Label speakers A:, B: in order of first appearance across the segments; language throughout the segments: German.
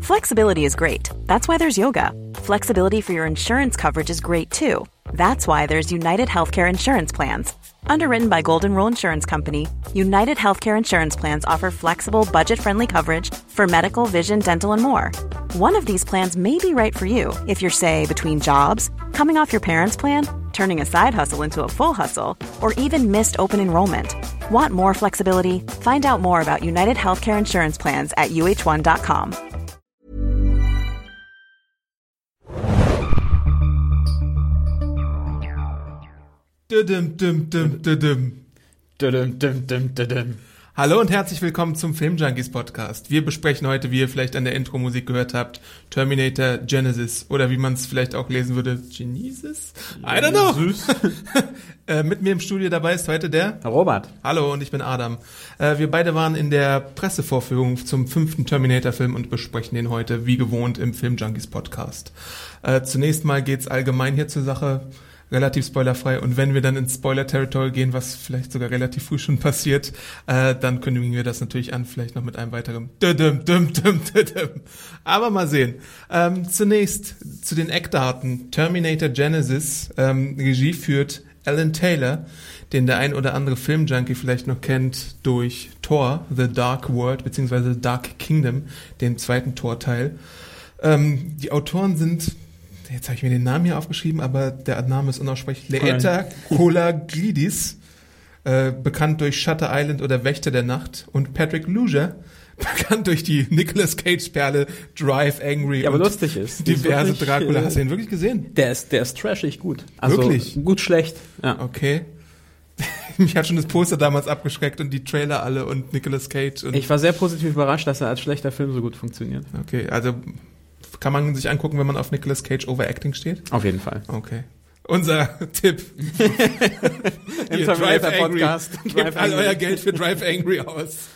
A: Flexibility is great. That's why there's yoga. Flexibility for your insurance coverage is great too. That's why there's United Healthcare Insurance Plans. Underwritten by Golden Rule Insurance Company, United Healthcare Insurance Plans offer flexible, budget-friendly coverage for medical, vision, dental, and more. One of these plans may be right for you if you're, say, between jobs, coming off your parents' plan, turning a side hustle into a full hustle, or even missed open enrollment. Want more flexibility? Find out more about United Healthcare Insurance Plans at uh1.com.
B: Hallo und herzlich willkommen zum Filmjunkies Podcast. Wir besprechen heute, wie ihr vielleicht an der Intro-Musik gehört habt, Terminator Genisys oder wie man es vielleicht auch lesen würde, Genesis? I don't know. Mit mir im Studio dabei ist heute der
C: Robert.
B: Hallo und ich bin Adam. Wir beide waren in der Pressevorführung zum 5. Terminator-Film und besprechen den heute wie gewohnt im Filmjunkies Podcast. Zunächst mal geht's allgemein hier zur Sache. Relativ spoilerfrei. Und wenn wir dann ins Spoiler-Territory gehen, was vielleicht sogar relativ früh schon passiert, dann kündigen wir das natürlich an, vielleicht noch mit einem weiteren Aber mal sehen. Zunächst zu den Eckdaten. Terminator Genisys, Regie führt Alan Taylor, den der ein oder andere Filmjunkie vielleicht noch kennt durch Thor, The Dark World, beziehungsweise Dark Kingdom, den zweiten Thor-Teil. Die Autoren sind... Jetzt habe ich mir den Namen hier aufgeschrieben, aber der Name ist unaussprechlich. Leeta Kolaglidis, bekannt durch Shutter Island oder Wächter der Nacht. Und Patrick Lussier, bekannt durch die Nicolas Cage-Perle Drive Angry.
C: Ja, aber lustig ist.
B: Diverse
C: wirklich,
B: Dracula. Hast du den wirklich gesehen?
C: Der ist trashig gut. Also
B: wirklich?
C: Gut schlecht. Ja.
B: Okay. Mich hat schon das Poster damals abgeschreckt und die Trailer alle und Nicolas Cage. Und
C: ich war sehr positiv überrascht, dass er als schlechter Film so gut funktioniert.
B: Okay, also... Kann man sich angucken, wenn man auf Nicolas Cage Overacting steht?
C: Auf jeden Fall.
B: Okay. Unser Tipp.
C: Im Terminator Podcast.
B: Gebt all euer Geld für Drive Angry aus.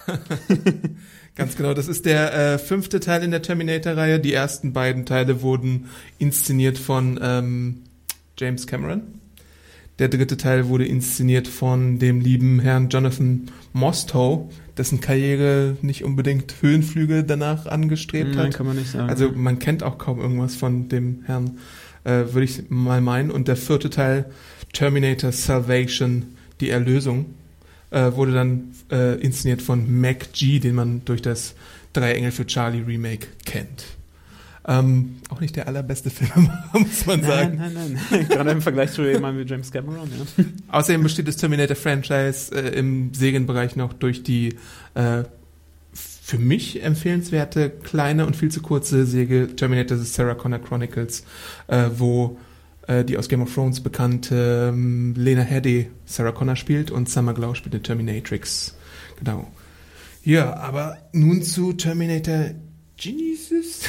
B: Ganz genau, das ist der 5. Teil in der Terminator-Reihe. Die ersten beiden Teile wurden inszeniert von James Cameron. Der 3. Teil wurde inszeniert von dem lieben Herrn Jonathan Mostow, dessen Karriere nicht unbedingt Höhenflüge danach angestrebt hat.
C: Nein, kann man nicht sagen.
B: Also man kennt auch kaum irgendwas von dem Herrn, würde ich mal meinen. Und der 4. Teil, Terminator Salvation, die Erlösung, wurde dann inszeniert von Mac G, den man durch das Drei Engel für Charlie Remake kennt. Auch nicht der allerbeste Film, muss man sagen.
C: Nein. Gerade im Vergleich zu jemandem wie James Cameron, ja.
B: Außerdem besteht das Terminator-Franchise im Serienbereich noch durch die für mich empfehlenswerte kleine und viel zu kurze Serie Terminator The Sarah Connor Chronicles, wo die aus Game of Thrones bekannte Lena Headey Sarah Connor spielt und Summer Glau spielt in Terminatrix. Genau. Ja, aber nun zu Terminator Genisys,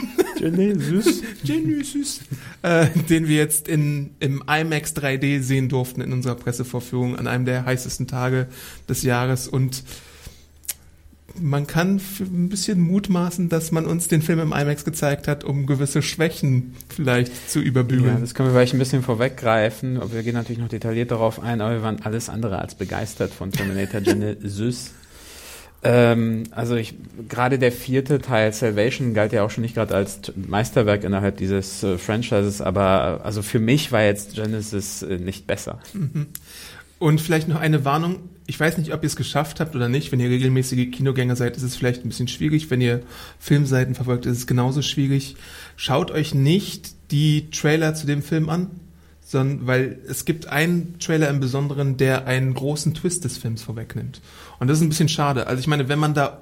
B: den wir jetzt im IMAX 3D sehen durften in unserer Pressevorführung an einem der heißesten Tage des Jahres. Und man kann ein bisschen mutmaßen, dass man uns den Film im IMAX gezeigt hat, um gewisse Schwächen vielleicht zu überbügeln.
C: Ja, das können wir vielleicht ein bisschen vorweggreifen. Wir gehen natürlich noch detailliert darauf ein, aber wir waren alles andere als begeistert von Terminator Genisys. Also gerade der 4. Teil Salvation galt ja auch schon nicht gerade als Meisterwerk innerhalb dieses Franchises, aber also für mich war jetzt Genisys nicht besser.
B: Und vielleicht noch eine Warnung, ich weiß nicht, ob ihr es geschafft habt oder nicht, wenn ihr regelmäßige Kinogänger seid, ist es vielleicht ein bisschen schwierig, wenn ihr Filmseiten verfolgt, ist es genauso schwierig. Schaut euch nicht die Trailer zu dem Film an, sondern weil es gibt einen Trailer im Besonderen, der einen großen Twist des Films vorwegnimmt. Und das ist ein bisschen schade. Also ich meine, wenn man da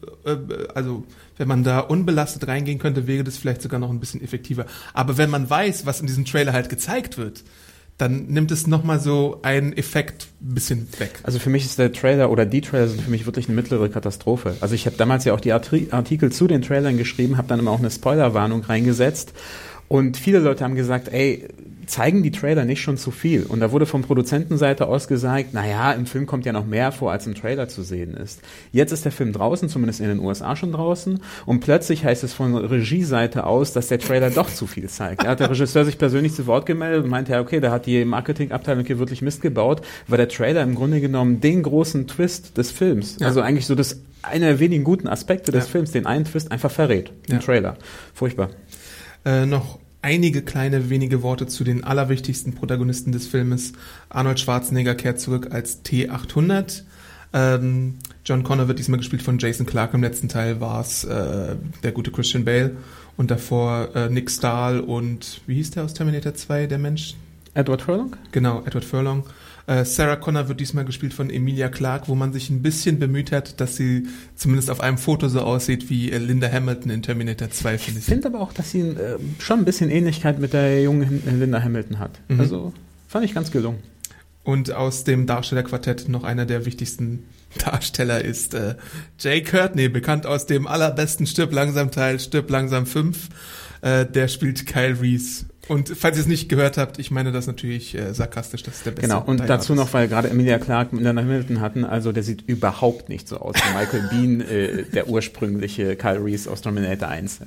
B: unbelastet reingehen könnte, wäre das vielleicht sogar noch ein bisschen effektiver. Aber wenn man weiß, was in diesem Trailer halt gezeigt wird, dann nimmt es nochmal so einen Effekt ein bisschen weg.
C: Also für mich ist der Trailer oder die Trailer sind für mich wirklich eine mittlere Katastrophe. Also ich habe damals ja auch die Artikel zu den Trailern geschrieben, habe dann immer auch eine Spoilerwarnung reingesetzt. Und viele Leute haben gesagt, ey, zeigen die Trailer nicht schon zu viel? Und da wurde von Produzentenseite aus gesagt, naja, im Film kommt ja noch mehr vor, als im Trailer zu sehen ist. Jetzt ist der Film draußen, zumindest in den USA schon draußen, und plötzlich heißt es von Regieseite aus, dass der Trailer doch zu viel zeigt. Da hat der Regisseur sich persönlich zu Wort gemeldet und meinte, ja, okay, da hat die Marketingabteilung hier wirklich Mist gebaut, weil der Trailer im Grunde genommen den großen Twist des Films, also eigentlich so einer der wenigen guten Aspekte des Films, den einen Twist einfach verrät, im Trailer. Furchtbar.
B: Noch einige kleine wenige Worte zu den allerwichtigsten Protagonisten des Filmes. Arnold Schwarzenegger kehrt zurück als T-800. John Connor wird diesmal gespielt von Jason Clarke. Im letzten Teil war es der gute Christian Bale und davor Nick Stahl und wie hieß der aus Terminator 2, der Mensch?
C: Edward Furlong?
B: Genau, Edward Furlong. Sarah Connor wird diesmal gespielt von Emilia Clarke, wo man sich ein bisschen bemüht hat, dass sie zumindest auf einem Foto so aussieht wie Linda Hamilton in Terminator 2, finde ich.
C: Ich finde aber auch, dass sie schon ein bisschen Ähnlichkeit mit der jungen Linda Hamilton hat. Also fand ich ganz gelungen.
B: Und aus dem Darstellerquartett noch einer der wichtigsten Darsteller ist Jay Courtney, bekannt aus dem allerbesten Stirb langsam Teil, Stirb langsam 5. Der spielt Kyle Reese. Und falls ihr es nicht gehört habt, ich meine das natürlich sarkastisch, das ist der beste.
C: Genau, und dazu noch, weil gerade Emilia Clarke mit Linda Hamilton hatten, also der sieht überhaupt nicht so aus wie Michael Biehn, der ursprüngliche Kyle Reese aus Terminator 1.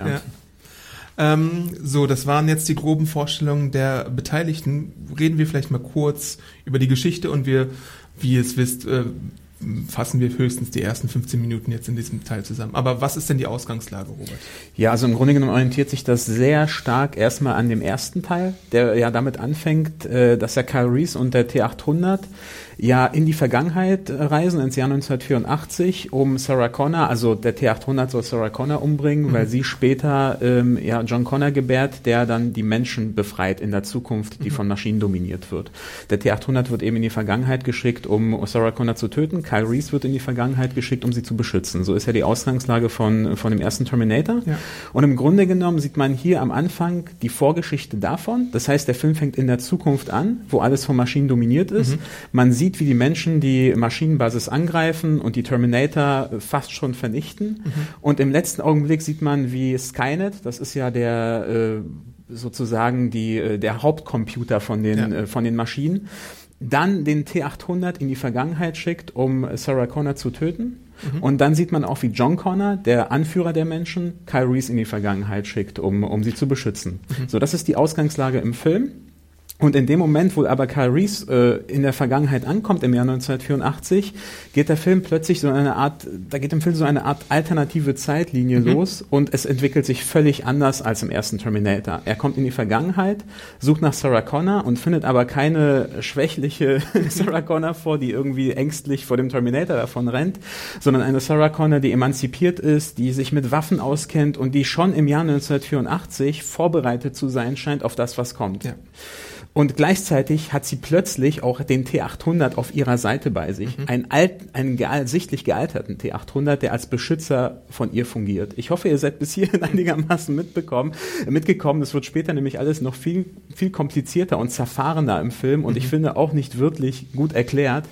C: Ja.
B: So, das waren jetzt die groben Vorstellungen der Beteiligten. Reden wir vielleicht mal kurz über die Geschichte und wir, wie ihr es wisst, fassen wir höchstens die ersten 15 Minuten jetzt in diesem Teil zusammen. Aber was ist denn die Ausgangslage, Robert?
C: Ja, also im Grunde genommen orientiert sich das sehr stark erstmal an dem ersten Teil, der ja damit anfängt, dass der Kyle Reese und der T-800 ja in die Vergangenheit reisen, ins Jahr 1984, um Sarah Connor, also der T-800 soll Sarah Connor umbringen, weil sie später John Connor gebärt, der dann die Menschen befreit in der Zukunft, die von Maschinen dominiert wird. Der T-800 wird eben in die Vergangenheit geschickt, um Sarah Connor zu töten. Kyle Reese wird in die Vergangenheit geschickt, um sie zu beschützen. So ist ja die Ausgangslage von dem ersten Terminator. Ja. Und im Grunde genommen sieht man hier am Anfang die Vorgeschichte davon. Das heißt, der Film fängt in der Zukunft an, wo alles von Maschinen dominiert ist. Man sieht, wie die Menschen die Maschinenbasis angreifen und die Terminator fast schon vernichten. Und im letzten Augenblick sieht man, wie Skynet, das ist ja der sozusagen der Hauptcomputer von den Maschinen, dann den T-800 in die Vergangenheit schickt, um Sarah Connor zu töten. Und dann sieht man auch, wie John Connor, der Anführer der Menschen, Kyle Reese in die Vergangenheit schickt, um sie zu beschützen. So, das ist die Ausgangslage im Film. Und in dem Moment, wo aber Kyle Reese in der Vergangenheit ankommt, im Jahr 1984, geht im Film so eine Art alternative Zeitlinie los und es entwickelt sich völlig anders als im ersten Terminator. Er kommt in die Vergangenheit, sucht nach Sarah Connor und findet aber keine schwächliche Sarah Connor vor, die irgendwie ängstlich vor dem Terminator davon rennt, sondern eine Sarah Connor, die emanzipiert ist, die sich mit Waffen auskennt und die schon im Jahr 1984 vorbereitet zu sein scheint auf das, was kommt. Ja. Und gleichzeitig hat sie plötzlich auch den T-800 auf ihrer Seite bei sich. Einen sichtlich gealterten T-800, der als Beschützer von ihr fungiert. Ich hoffe, ihr seid bis hierhin einigermaßen mitgekommen. Das wird später nämlich alles noch viel, viel komplizierter und zerfahrener im Film und ich finde auch nicht wirklich gut erklärt.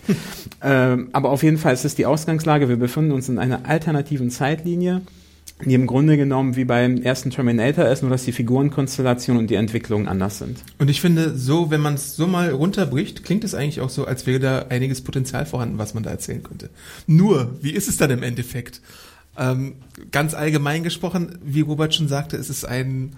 C: Aber auf jeden Fall ist es die Ausgangslage. Wir befinden uns in einer alternativen Zeitlinie, die im Grunde genommen wie beim ersten Terminator ist, nur dass die Figurenkonstellation und die Entwicklungen anders sind.
B: Und ich finde, so, wenn man es so mal runterbricht, klingt es eigentlich auch so, als wäre da einiges Potenzial vorhanden, was man da erzählen könnte. Nur, wie ist es dann im Endeffekt? Ganz allgemein gesprochen, wie Robert schon sagte, es ist ein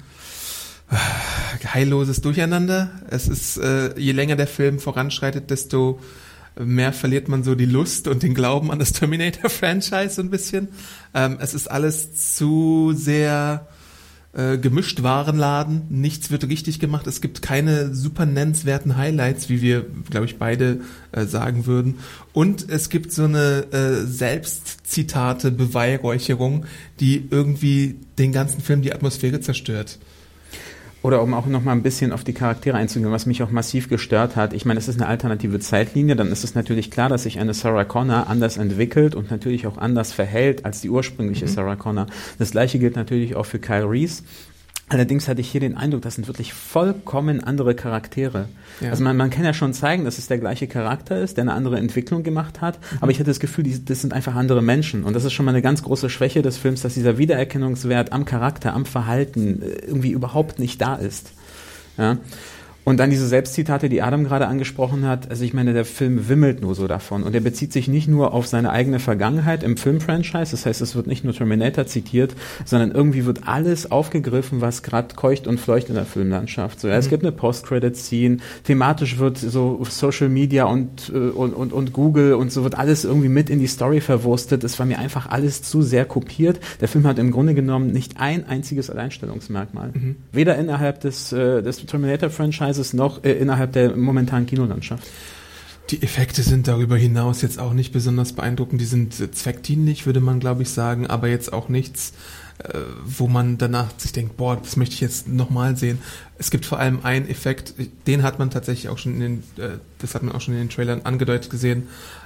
B: heilloses Durcheinander. Es ist, je länger der Film voranschreitet, desto mehr verliert man so die Lust und den Glauben an das Terminator-Franchise so ein bisschen. Es ist alles zu sehr gemischt Warenladen. Nichts wird richtig gemacht. Es gibt keine super nennenswerten Highlights, wie wir, glaube ich, beide sagen würden. Und es gibt so eine Selbstzitate, Beweihräucherung, die irgendwie den ganzen Film die Atmosphäre zerstört.
C: Oder um auch noch mal ein bisschen auf die Charaktere einzugehen, was mich auch massiv gestört hat. Ich meine, es ist eine alternative Zeitlinie, dann ist es natürlich klar, dass sich eine Sarah Connor anders entwickelt und natürlich auch anders verhält als die ursprüngliche Sarah Connor. Das Gleiche gilt natürlich auch für Kyle Reese. Allerdings hatte ich hier den Eindruck, das sind wirklich vollkommen andere Charaktere.
B: Ja.
C: Also man kann ja schon zeigen, dass es der gleiche Charakter ist, der eine andere Entwicklung gemacht hat, aber ich hatte das Gefühl, das sind einfach andere Menschen. Und das ist schon mal eine ganz große Schwäche des Films, dass dieser Wiedererkennungswert am Charakter, am Verhalten irgendwie überhaupt nicht da ist. Ja. Und dann diese Selbstzitate, die Adam gerade angesprochen hat, also ich meine, der Film wimmelt nur so davon und er bezieht sich nicht nur auf seine eigene Vergangenheit im Filmfranchise, das heißt, es wird nicht nur Terminator zitiert, sondern irgendwie wird alles aufgegriffen, was gerade keucht und fleucht in der Filmlandschaft. So, ja, es gibt eine Post-Credit-Scene, thematisch wird so Social Media und Google und so wird alles irgendwie mit in die Story verwurstet. Es war mir einfach alles zu sehr kopiert. Der Film hat im Grunde genommen nicht ein einziges Alleinstellungsmerkmal. Weder innerhalb des Terminator-Franchise noch innerhalb der momentanen Kinolandschaft.
B: Die Effekte sind darüber hinaus jetzt auch nicht besonders beeindruckend. Die sind zweckdienlich, würde man, glaube ich, sagen, aber jetzt auch nichts, wo man danach sich denkt, boah, das möchte ich jetzt nochmal sehen. Es gibt vor allem einen Effekt, den hat man tatsächlich auch schon das hat man auch schon in den Trailern angedeutet gesehen.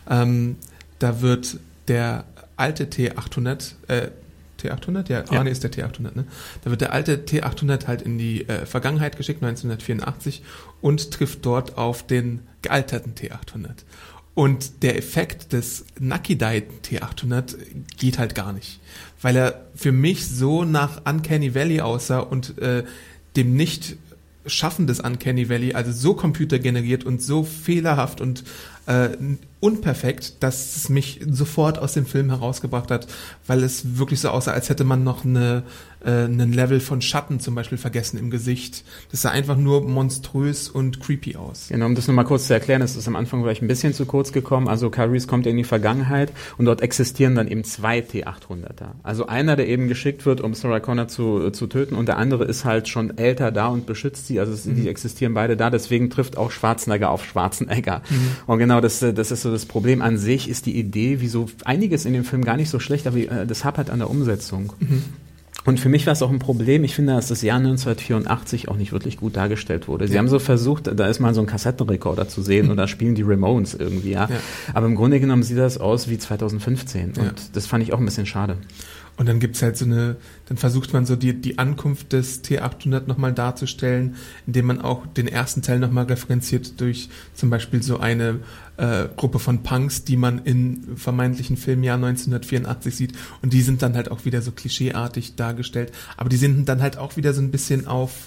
B: Da wird der alte T800, T800? Ja,
C: ja.
B: Nee, ist der T800, ne? Da wird der alte T800 halt in die Vergangenheit geschickt, 1984, und trifft dort auf den gealterten T800. Und der Effekt des Nucky-Dye T800 geht halt gar nicht, weil er für mich so nach Uncanny Valley aussah und dem Nicht-Schaffen des Uncanny Valley, also so computergeneriert und so fehlerhaft und unperfekt, dass es mich sofort aus dem Film herausgebracht hat, weil es wirklich so aussah, als hätte man noch einen Level von Schatten zum Beispiel vergessen im Gesicht. Das sah einfach nur monströs und creepy aus.
C: Genau, um das nochmal kurz zu erklären, das ist am Anfang vielleicht ein bisschen zu kurz gekommen. Also Kyle Reese kommt in die Vergangenheit und dort existieren dann eben zwei T800er. Also einer, der eben geschickt wird, um Sarah Connor zu töten, und der andere ist halt schon älter da und beschützt sie. Also die existieren beide da, deswegen trifft auch Schwarzenegger auf Schwarzenegger. Und genau, das ist so das Problem. An sich ist die Idee, wieso einiges in dem Film gar nicht so schlecht, aber das hapert an der Umsetzung. Und für mich war es auch ein Problem. Ich finde, dass das Jahr 1984 auch nicht wirklich gut dargestellt wurde. Sie haben so versucht, da ist mal so ein Kassettenrekorder zu sehen und da spielen die Ramones irgendwie, ja. Aber im Grunde genommen sieht das aus wie 2015 und das fand ich auch ein bisschen schade.
B: Und dann gibt's halt dann versucht man so die Ankunft des T800 nochmal darzustellen, indem man auch den ersten Teil nochmal referenziert durch zum Beispiel so eine Gruppe von Punks, die man in vermeintlichen Filmjahr 1984 sieht. Und die sind dann halt auch wieder so klischeeartig dargestellt. Aber die sehen dann halt auch wieder so ein bisschen auf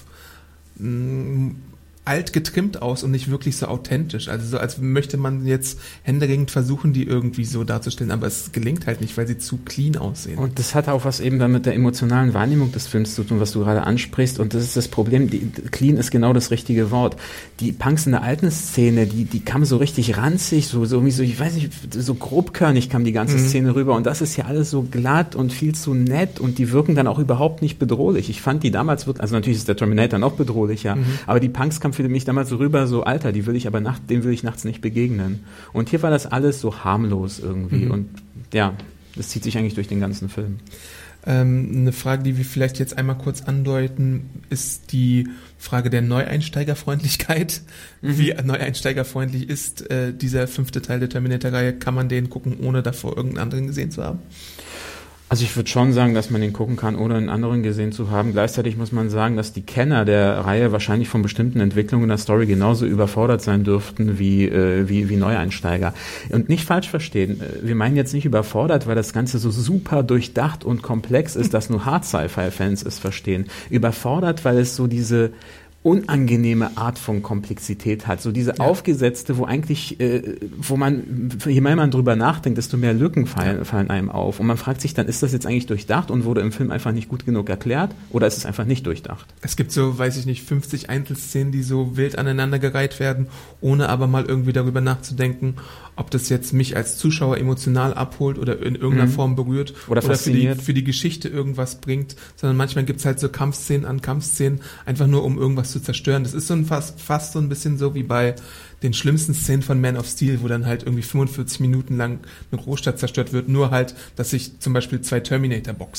B: alt getrimmt aus und nicht wirklich so authentisch. Also so, als möchte man jetzt händeringend versuchen, die irgendwie so darzustellen, aber es gelingt halt nicht, weil sie zu clean aussehen.
C: Und das hat auch was eben dann mit der emotionalen Wahrnehmung des Films zu tun, was du gerade ansprichst. Und das ist das Problem, clean ist genau das richtige Wort. Die Punks in der alten Szene, die kamen so richtig ranzig, so ich weiß nicht, so grobkörnig kam die ganze Szene rüber. Und das ist ja alles so glatt und viel zu nett und die wirken dann auch überhaupt nicht bedrohlich. Ich fand die damals wirklich, also natürlich ist der Terminator noch bedrohlicher, aber die Punks kamen für mich damals so rüber, so Alter, dem will ich nachts nicht begegnen. Und hier war das alles so harmlos irgendwie und ja, das zieht sich eigentlich durch den ganzen Film.
B: Eine Frage, die wir vielleicht jetzt einmal kurz andeuten, ist die Frage der Neueinsteigerfreundlichkeit. Wie neueinsteigerfreundlich ist dieser 5. Teil der Terminator-Reihe? Kann man den gucken, ohne davor irgendeinen anderen gesehen zu haben?
C: Also ich würde schon sagen, dass man den gucken kann, ohne einen anderen gesehen zu haben. Gleichzeitig muss man sagen, dass die Kenner der Reihe wahrscheinlich von bestimmten Entwicklungen der Story genauso überfordert sein dürften wie Neueinsteiger. Und nicht falsch verstehen, wir meinen jetzt nicht überfordert, weil das Ganze so super durchdacht und komplex ist, dass nur Hard-Sci-Fi-Fans es verstehen. Überfordert, weil es so diese unangenehme Art von Komplexität hat, so diese aufgesetzte, wo eigentlich, je mehr man drüber nachdenkt, desto mehr Lücken fallen einem auf. Und man fragt sich dann, ist das jetzt eigentlich durchdacht und wurde im Film einfach nicht gut genug erklärt oder ist es einfach nicht durchdacht?
B: Es gibt so, 50 Einzelszenen, die so wild aneinandergereiht werden, ohne aber mal irgendwie darüber nachzudenken, ob das jetzt mich als Zuschauer emotional abholt oder in irgendeiner Form berührt oder für die Geschichte irgendwas bringt, sondern manchmal gibt's halt so Kampfszenen an Kampfszenen, einfach nur um irgendwas zu zerstören. Das ist so fast so ein bisschen so wie bei den schlimmsten Szenen von Man of Steel, wo dann halt irgendwie 45 Minuten lang eine Großstadt zerstört wird, nur halt, dass sich zum Beispiel 2 Terminator boxen.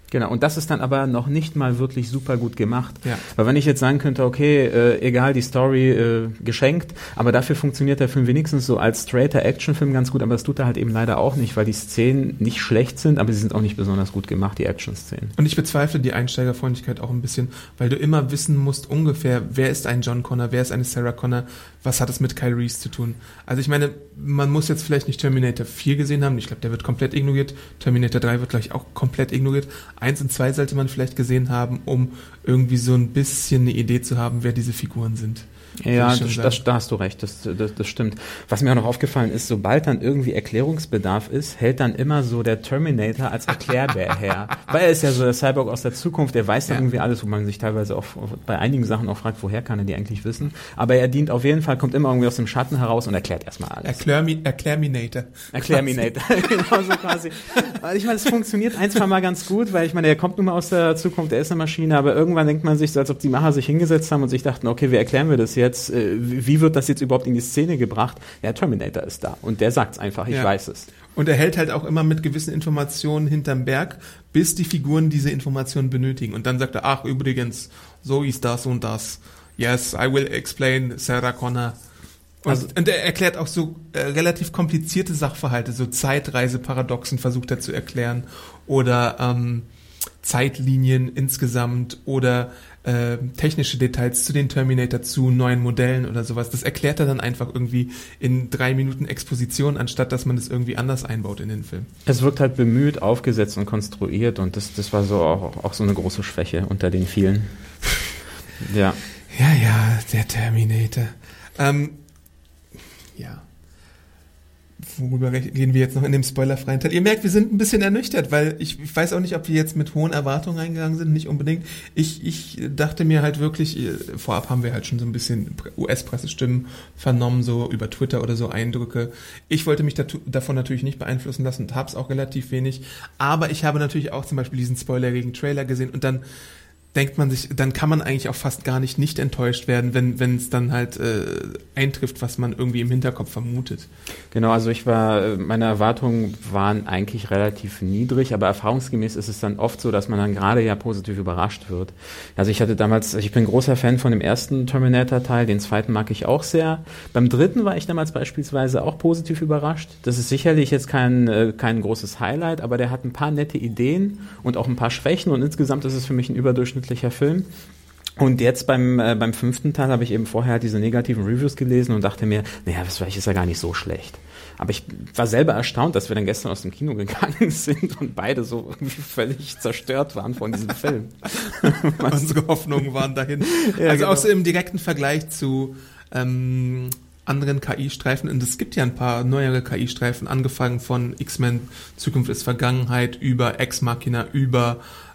C: Genau, und das ist dann aber noch nicht mal wirklich super gut gemacht.
B: Ja.
C: Weil wenn ich jetzt sagen könnte, okay, egal, die Story geschenkt, aber dafür funktioniert der Film wenigstens so als straighter Actionfilm ganz gut, aber das tut er halt eben leider auch nicht, weil die Szenen nicht schlecht sind, aber sie sind auch nicht besonders gut gemacht, die Action-Szenen.
B: Und ich bezweifle die Einsteigerfreundlichkeit auch ein bisschen, weil du immer wissen musst ungefähr, wer ist ein John Connor, wer ist eine Sarah Connor, was hat es mit Kyle Reese zu tun. Also ich meine, man muss jetzt vielleicht nicht Terminator 4 gesehen haben, ich glaube, der wird komplett ignoriert, Terminator 3 wird gleich auch komplett ignoriert, 1 und 2 sollte man vielleicht gesehen haben, um irgendwie so ein bisschen eine Idee zu haben, wer diese Figuren sind.
C: Ja, da hast du recht, das stimmt. Was mir auch noch aufgefallen ist, sobald dann irgendwie Erklärungsbedarf ist, hält dann immer so der Terminator als Erklärbär her. Weil er ist ja so der Cyborg aus der Zukunft, der weiß dann irgendwie alles, wo man sich teilweise auch bei einigen Sachen auch fragt, woher kann er die eigentlich wissen. Aber er dient auf jeden Fall, kommt immer irgendwie aus dem Schatten heraus und erklärt erstmal alles.
B: Erklärminator,
C: genau so quasi. Ich meine, es funktioniert ein, zwei Mal ganz gut, weil ich meine, er kommt nun mal aus der Zukunft, er ist eine Maschine, aber irgendwann denkt man sich so, als ob die Macher sich hingesetzt haben und sich dachten, okay, wie erklären wir das jetzt? Wie wird das jetzt überhaupt in die Szene gebracht? Ja, Terminator ist da und der sagt's einfach, ich weiß es.
B: Und er hält halt auch immer mit gewissen Informationen hinterm Berg, bis die Figuren diese Informationen benötigen. Und dann sagt er, ach übrigens, so ist das und das. Yes, I will explain Sarah Connor. Und er erklärt auch so relativ komplizierte Sachverhalte, so Zeitreiseparadoxen versucht er zu erklären oder Zeitlinien insgesamt oder technische Details zu den Terminator, zu neuen Modellen oder sowas. Das erklärt er dann einfach irgendwie in 3 Minuten Exposition, anstatt dass man das irgendwie anders einbaut in den Film.
C: Es wirkt halt bemüht, aufgesetzt und konstruiert und das war so auch so eine große Schwäche unter den vielen. Ja.
B: Ja, der Terminator. Ja. Worüber gehen wir jetzt noch in dem spoilerfreien Teil? Ihr merkt, wir sind ein bisschen ernüchtert, weil ich weiß auch nicht, ob wir jetzt mit hohen Erwartungen eingegangen sind, nicht unbedingt. Ich dachte mir halt wirklich, vorab haben wir halt schon so ein bisschen US-Pressestimmen vernommen, so über Twitter oder so Eindrücke. Ich wollte mich davon natürlich nicht beeinflussen lassen und habe es auch relativ wenig, aber ich habe natürlich auch zum Beispiel diesen spoilerigen Trailer gesehen und dann denkt man sich, dann kann man eigentlich auch fast gar nicht enttäuscht werden, wenn es dann halt eintrifft, was man irgendwie im Hinterkopf vermutet.
C: Genau, also meine Erwartungen waren eigentlich relativ niedrig, aber erfahrungsgemäß ist es dann oft so, dass man dann gerade ja positiv überrascht wird. Also ich bin großer Fan von dem ersten Terminator-Teil, den zweiten mag ich auch sehr. Beim dritten war ich damals beispielsweise auch positiv überrascht. Das ist sicherlich jetzt kein großes Highlight, aber der hat ein paar nette Ideen und auch ein paar Schwächen und insgesamt ist es für mich ein überdurchschnittlicher Film. Und jetzt beim 5. Teil habe ich eben vorher diese negativen Reviews gelesen und dachte mir, naja, das ist ja gar nicht so schlecht. Aber ich war selber erstaunt, dass wir dann gestern aus dem Kino gegangen sind und beide so irgendwie völlig zerstört waren von diesem Film.
B: Unsere Hoffnungen waren dahin. Ja, also genau. Auch so im direkten Vergleich zu anderen KI-Streifen, und es gibt ja ein paar neuere KI-Streifen, angefangen von X-Men, Zukunft ist Vergangenheit, über Ex Machina, über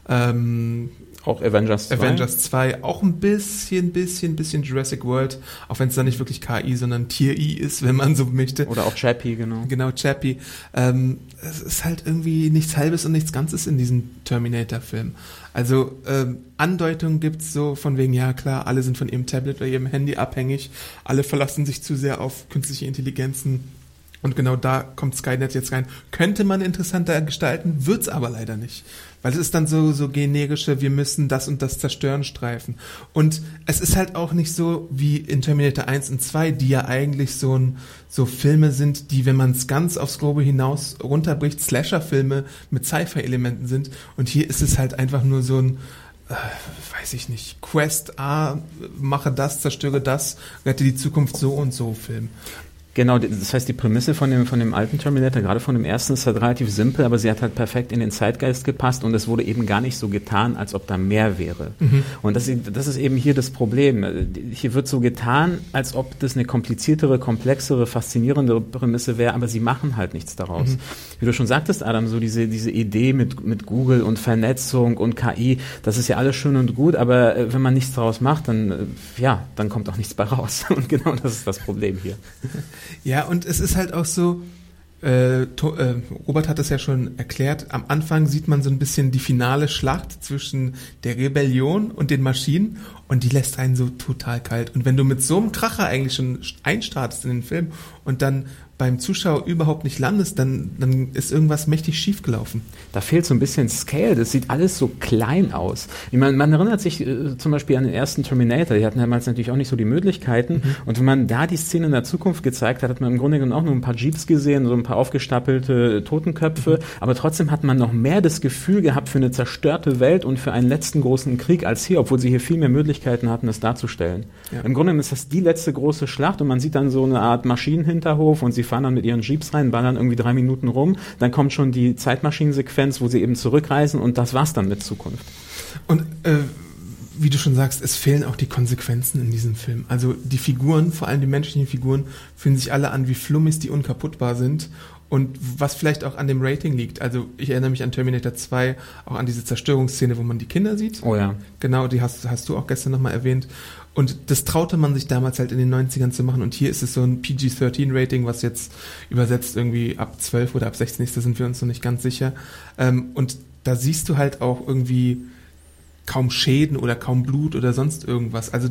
C: auch Avengers
B: 2, auch ein bisschen Jurassic World, auch wenn es da nicht wirklich KI, sondern Tier-I ist, wenn man so möchte.
C: Oder auch Chappie, genau.
B: Genau, Chappie. Es ist halt irgendwie nichts Halbes und nichts Ganzes in diesem Terminator-Film. Also Andeutungen gibt's so von wegen, ja klar, alle sind von ihrem Tablet oder ihrem Handy abhängig, alle verlassen sich zu sehr auf künstliche Intelligenzen. Und genau da kommt Skynet jetzt rein. Könnte man interessanter gestalten, wird's aber leider nicht. Weil es ist dann so generische, wir müssen das und das zerstören Streifen. Und es ist halt auch nicht so wie in Terminator 1 und 2, die ja eigentlich so Filme sind, die, wenn man es ganz aufs Grobe hinaus runterbricht, Slasher-Filme mit Sci-Fi-Elementen sind. Und hier ist es halt einfach nur so ein, weiß ich nicht, Quest, mache das, zerstöre das, rette die Zukunft so und so Film.
C: Genau, das heißt, die Prämisse von dem alten Terminator, gerade von dem ersten, ist halt relativ simpel, aber sie hat halt perfekt in den Zeitgeist gepasst und es wurde eben gar nicht so getan, als ob da mehr wäre. Mhm. Und das ist eben hier das Problem. Hier wird so getan, als ob das eine kompliziertere, komplexere, faszinierende Prämisse wäre, aber sie machen halt nichts daraus. Mhm. Wie du schon sagtest, Adam, so diese Idee mit Google und Vernetzung und KI, das ist ja alles schön und gut, aber wenn man nichts daraus macht, dann kommt auch nichts bei raus. Und genau das ist das Problem hier.
B: Ja, und es ist halt auch so, Robert hat es ja schon erklärt, am Anfang sieht man so ein bisschen die finale Schlacht zwischen der Rebellion und den Maschinen und die lässt einen so total kalt. Und wenn du mit so einem Kracher eigentlich schon einstartest in den Film und dann beim Zuschauer überhaupt nicht landest, dann ist irgendwas mächtig schief gelaufen.
C: Da fehlt so ein bisschen Scale, das sieht alles so klein aus. Ich meine, man erinnert sich zum Beispiel an den ersten Terminator, die hatten damals natürlich auch nicht so die Möglichkeiten und wenn man da die Szene in der Zukunft gezeigt hat, hat man im Grunde genommen auch nur ein paar Jeeps gesehen, so ein paar aufgestapelte Totenköpfe, aber trotzdem hat man noch mehr das Gefühl gehabt für eine zerstörte Welt und für einen letzten großen Krieg als hier, obwohl sie hier viel mehr Möglichkeiten hatten, das darzustellen. Ja. Im Grunde genommen ist das die letzte große Schlacht und man sieht dann so eine Art Maschinenhinterhof und sie fahren dann mit ihren Jeeps rein, ballern irgendwie 3 Minuten rum, dann kommt schon die Zeitmaschinensequenz, wo sie eben zurückreisen und das war's dann mit Zukunft.
B: Und wie du schon sagst, es fehlen auch die Konsequenzen in diesem Film. Also die Figuren, vor allem die menschlichen Figuren, fühlen sich alle an wie Flummis, die unkaputtbar sind. Und was vielleicht auch an dem Rating liegt. Also ich erinnere mich an Terminator 2, auch an diese Zerstörungsszene, wo man die Kinder sieht.
C: Oh ja.
B: Genau, die hast du auch gestern nochmal erwähnt. Und das traute man sich damals halt in den 90ern zu machen. Und hier ist es so ein PG-13-Rating, was jetzt übersetzt irgendwie ab 12 oder ab 16 ist, da sind wir uns noch nicht ganz sicher. Und da siehst du halt auch irgendwie kaum Schäden oder kaum Blut oder sonst irgendwas. Also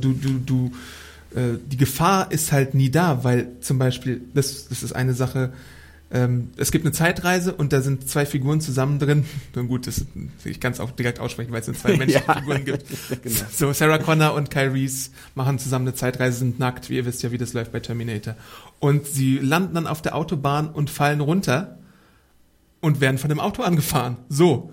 B: die Gefahr ist halt nie da, weil zum Beispiel, das ist eine Sache, es gibt eine Zeitreise und da sind 2 Figuren zusammen drin. Nun gut, ich kann es auch direkt aussprechen, weil es nur 2 menschliche Figuren gibt. Genau. So, Sarah Connor und Kyle Reese machen zusammen eine Zeitreise, sind nackt, wie ihr wisst ja, wie das läuft bei Terminator. Und sie landen dann auf der Autobahn und fallen runter und werden von dem Auto angefahren. So.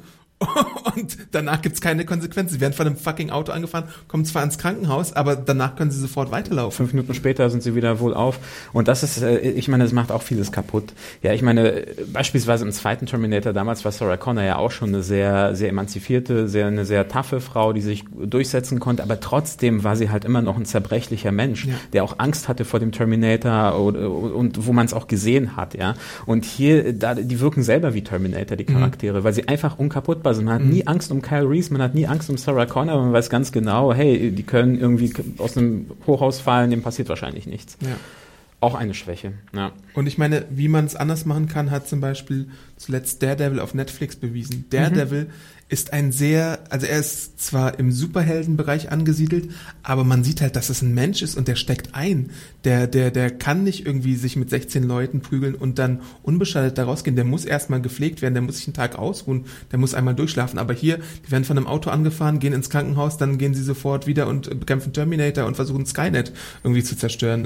B: Und danach gibt's keine Konsequenzen. Sie werden von einem fucking Auto angefahren, kommen zwar ins Krankenhaus, aber danach können sie sofort weiterlaufen.
C: 5 Minuten später sind sie wieder wohlauf. Und das ist, ich meine, das macht auch vieles kaputt. Ja, ich meine, beispielsweise im zweiten Terminator, damals war Sarah Connor ja auch schon eine sehr, sehr emanzipierte, eine sehr taffe Frau, die sich durchsetzen konnte, aber trotzdem war sie halt immer noch ein zerbrechlicher Mensch, der auch Angst hatte vor dem Terminator und wo man es auch gesehen hat, ja. Und hier, die wirken selber wie Terminator, die Charaktere, weil sie einfach unkaputtbar sind. Man hat nie Angst um Kyle Reese, man hat nie Angst um Sarah Connor, man weiß ganz genau, hey, die können irgendwie aus einem Hochhaus fallen, dem passiert wahrscheinlich nichts. Ja. Auch eine Schwäche, ja.
B: Und ich meine, wie man es anders machen kann, hat zum Beispiel zuletzt Daredevil auf Netflix bewiesen. Daredevil ist also er ist zwar im Superheldenbereich angesiedelt, aber man sieht halt, dass es ein Mensch ist und der steckt ein. Der kann nicht irgendwie sich mit 16 Leuten prügeln und dann unbeschadet da rausgehen. Der muss erstmal gepflegt werden, der muss sich einen Tag ausruhen, der muss einmal durchschlafen. Aber hier, die werden von einem Auto angefahren, gehen ins Krankenhaus, dann gehen sie sofort wieder und bekämpfen Terminator und versuchen Skynet irgendwie zu zerstören.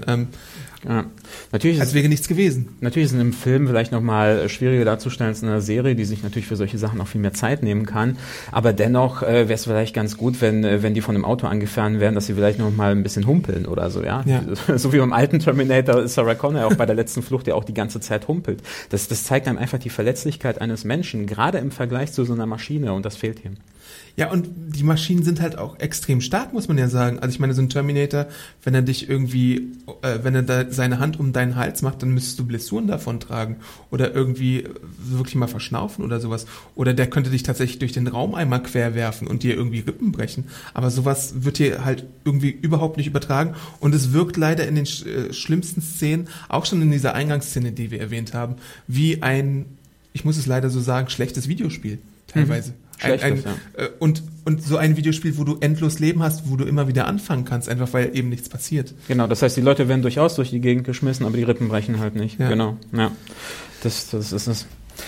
C: Ja, natürlich
B: als wäre nichts gewesen.
C: Natürlich ist es im Film vielleicht nochmal schwieriger darzustellen als in einer Serie, die sich natürlich für solche Sachen auch viel mehr Zeit nehmen kann. Aber dennoch wäre es vielleicht ganz gut, wenn die von einem Auto angefahren werden, dass sie vielleicht nochmal ein bisschen humpeln oder so, ja. So wie beim alten Terminator Sarah Connor auch bei der letzten Flucht, der auch die ganze Zeit humpelt. Das zeigt einem einfach die Verletzlichkeit eines Menschen, gerade im Vergleich zu so einer Maschine, und das fehlt hier.
B: Ja, und die Maschinen sind halt auch extrem stark, muss man ja sagen. Also ich meine, so ein Terminator, wenn er dich irgendwie, wenn er da seine Hand um deinen Hals macht, dann müsstest du Blessuren davon tragen oder irgendwie wirklich mal verschnaufen oder sowas. Oder der könnte dich tatsächlich durch den Raum einmal quer werfen und dir irgendwie Rippen brechen. Aber sowas wird hier halt irgendwie überhaupt nicht übertragen und es wirkt leider in den schlimmsten Szenen, auch schon in dieser Eingangsszene, die wir erwähnt haben, wie ein, ich muss es leider so sagen, schlechtes Videospiel teilweise. Und so ein Videospiel, wo du endlos Leben hast, wo du immer wieder anfangen kannst, einfach weil eben nichts passiert.
C: Genau, das heißt, die Leute werden durchaus durch die Gegend geschmissen, aber die Rippen brechen halt nicht. Ja. Genau, ja. Das ist es.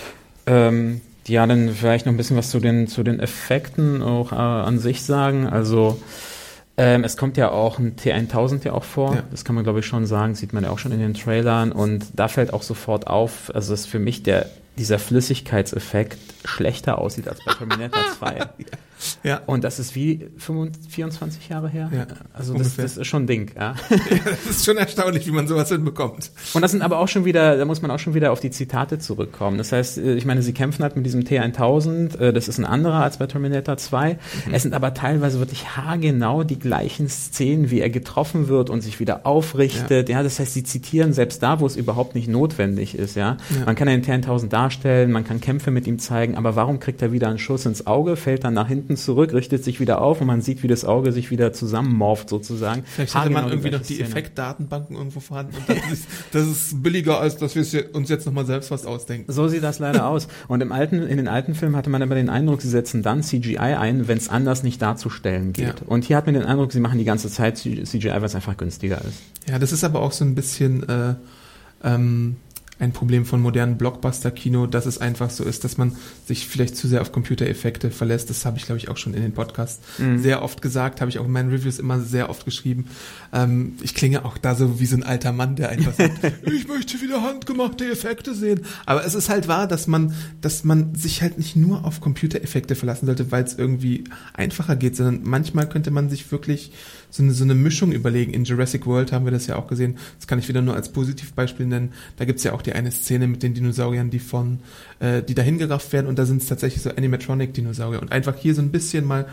C: Ja, dann vielleicht noch ein bisschen was zu den Effekten auch an sich sagen. Also es kommt ja auch ein T1000 ja auch vor, das kann man glaube ich schon sagen, sieht man ja auch schon in den Trailern, und da fällt auch sofort auf, also dass für mich dieser Flüssigkeitseffekt schlechter aussieht als bei Terminator 2. Ja. Und das ist wie 24 Jahre her. Ja, also das ist schon ein Ding. Ja.
B: Das ist schon erstaunlich, wie man sowas hinbekommt.
C: Und das sind aber auch schon wieder, da muss man auch schon wieder auf die Zitate zurückkommen. Das heißt, ich meine, sie kämpfen halt mit diesem T1000, das ist ein anderer als bei Terminator 2. Es sind aber teilweise wirklich haargenau die gleichen Szenen, wie er getroffen wird und sich wieder aufrichtet. Ja, das heißt, sie zitieren selbst da, wo es überhaupt nicht notwendig ist. Ja. Man kann den T1000 darstellen, man kann Kämpfe mit ihm zeigen, aber warum kriegt er wieder einen Schuss ins Auge, fällt dann nach hinten zurück, richtet sich wieder auf und man sieht, wie das Auge sich wieder zusammenmorpht sozusagen.
B: Vielleicht hätte man irgendwie noch die Effektdatenbanken irgendwo vorhanden und das ist billiger, als dass wir uns jetzt nochmal selbst was ausdenken.
C: So sieht das leider aus. Und in den alten Filmen hatte man immer den Eindruck, sie setzen dann CGI ein, wenn es anders nicht darzustellen geht. Ja. Und hier hat man den Eindruck, sie machen die ganze Zeit CGI, weil es einfach günstiger ist.
B: Ja, das ist aber auch so ein bisschen ein Problem von modernen Blockbuster-Kino, dass es einfach so ist, dass man sich vielleicht zu sehr auf Computereffekte verlässt. Das habe ich, glaube ich, auch schon in den Podcasts sehr oft gesagt, habe ich auch in meinen Reviews immer sehr oft geschrieben. Ich klinge auch da so wie so ein alter Mann, der einfach sagt, ich möchte wieder handgemachte Effekte sehen. Aber es ist halt wahr, dass man sich halt nicht nur auf Computereffekte verlassen sollte, weil es irgendwie einfacher geht, sondern manchmal könnte man sich wirklich so eine Mischung überlegen. In Jurassic World haben wir das ja auch gesehen. Das kann ich wieder nur als Positivbeispiel nennen. Da gibt's ja auch die eine Szene mit den Dinosauriern, die dahin gerafft werden, und da sind es tatsächlich so Animatronic-Dinosaurier. Und einfach hier so ein bisschen mal,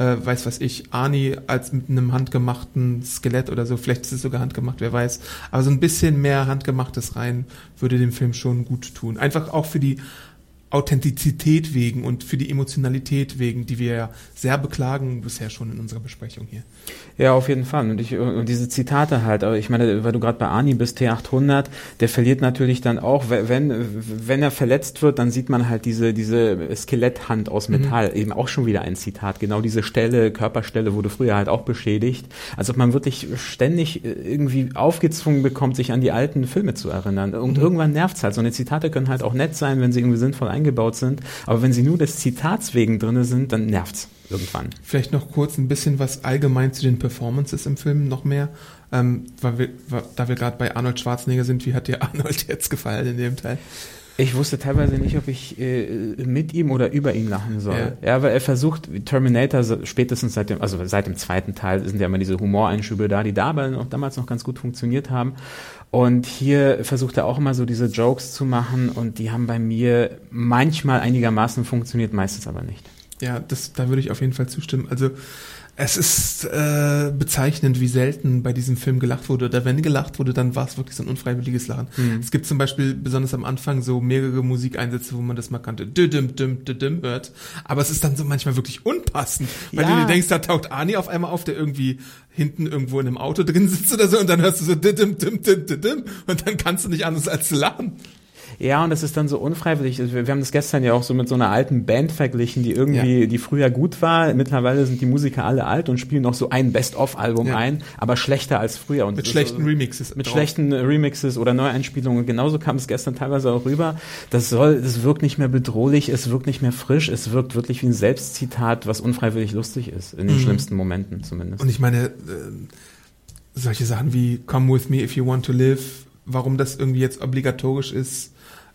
B: Arnie als mit einem handgemachten Skelett oder so, vielleicht ist es sogar handgemacht, wer weiß. Aber so ein bisschen mehr Handgemachtes rein würde dem Film schon gut tun. Einfach auch für die Authentizität wegen und für die Emotionalität wegen, die wir ja sehr beklagen bisher schon in unserer Besprechung hier.
C: Ja, auf jeden Fall. Und diese Zitate halt, aber ich meine, weil du gerade bei Arnie bist, T800, der verliert natürlich dann auch, wenn er verletzt wird, dann sieht man halt diese Skeletthand aus Metall, eben auch schon wieder ein Zitat. Genau diese Körperstelle wurde früher halt auch beschädigt. Also ob man wirklich ständig irgendwie aufgezwungen bekommt, sich an die alten Filme zu erinnern. Und irgendwann nervt's halt. So eine Zitate können halt auch nett sein, wenn sie irgendwie sinnvoll eingebaut sind, aber wenn sie nur des Zitats wegen drin sind, dann nervt's irgendwann.
B: Vielleicht noch kurz ein bisschen was allgemein zu den Performances im Film noch mehr, da wir gerade bei Arnold Schwarzenegger sind. Wie hat dir Arnold jetzt gefallen in dem Teil?
C: Ich wusste teilweise nicht, ob ich mit ihm oder über ihn lachen soll. Ja, weil er versucht, Terminator spätestens seit dem zweiten Teil sind ja immer diese Humoreinschübe da, die damals noch ganz gut funktioniert haben. Und hier versucht er auch immer so diese Jokes zu machen, und die haben bei mir manchmal einigermaßen funktioniert, meistens aber nicht.
B: Ja, da würde ich auf jeden Fall zustimmen. Also es ist bezeichnend, wie selten bei diesem Film gelacht wurde. Oder wenn gelacht wurde, dann war es wirklich so ein unfreiwilliges Lachen. Es gibt zum Beispiel besonders am Anfang so mehrere Musikeinsätze, wo man das markante Düdüm hört. Aber es ist dann so manchmal wirklich unpassend. Weil du dir denkst, da taucht Arnie auf einmal auf, der irgendwie hinten irgendwo in einem Auto drin sitzt oder so, und dann hörst du so Düdüm und dann kannst du nicht anders als lachen.
C: Ja, und das ist dann so unfreiwillig. Wir haben das gestern ja auch so mit so einer alten Band verglichen, die früher gut war. Mittlerweile sind die Musiker alle alt und spielen noch so ein Best-of-Album ein, aber schlechter als früher. Und
B: mit schlechten Remixes.
C: Mit schlechten Remixes oder Neueinspielungen. Und genauso kam es gestern teilweise auch rüber. Das wirkt nicht mehr bedrohlich, es wirkt nicht mehr frisch, es wirkt wirklich wie ein Selbstzitat, was unfreiwillig lustig ist. In den schlimmsten Momenten zumindest.
B: Und ich meine, solche Sachen wie Come with me if you want to live, warum das irgendwie jetzt obligatorisch ist,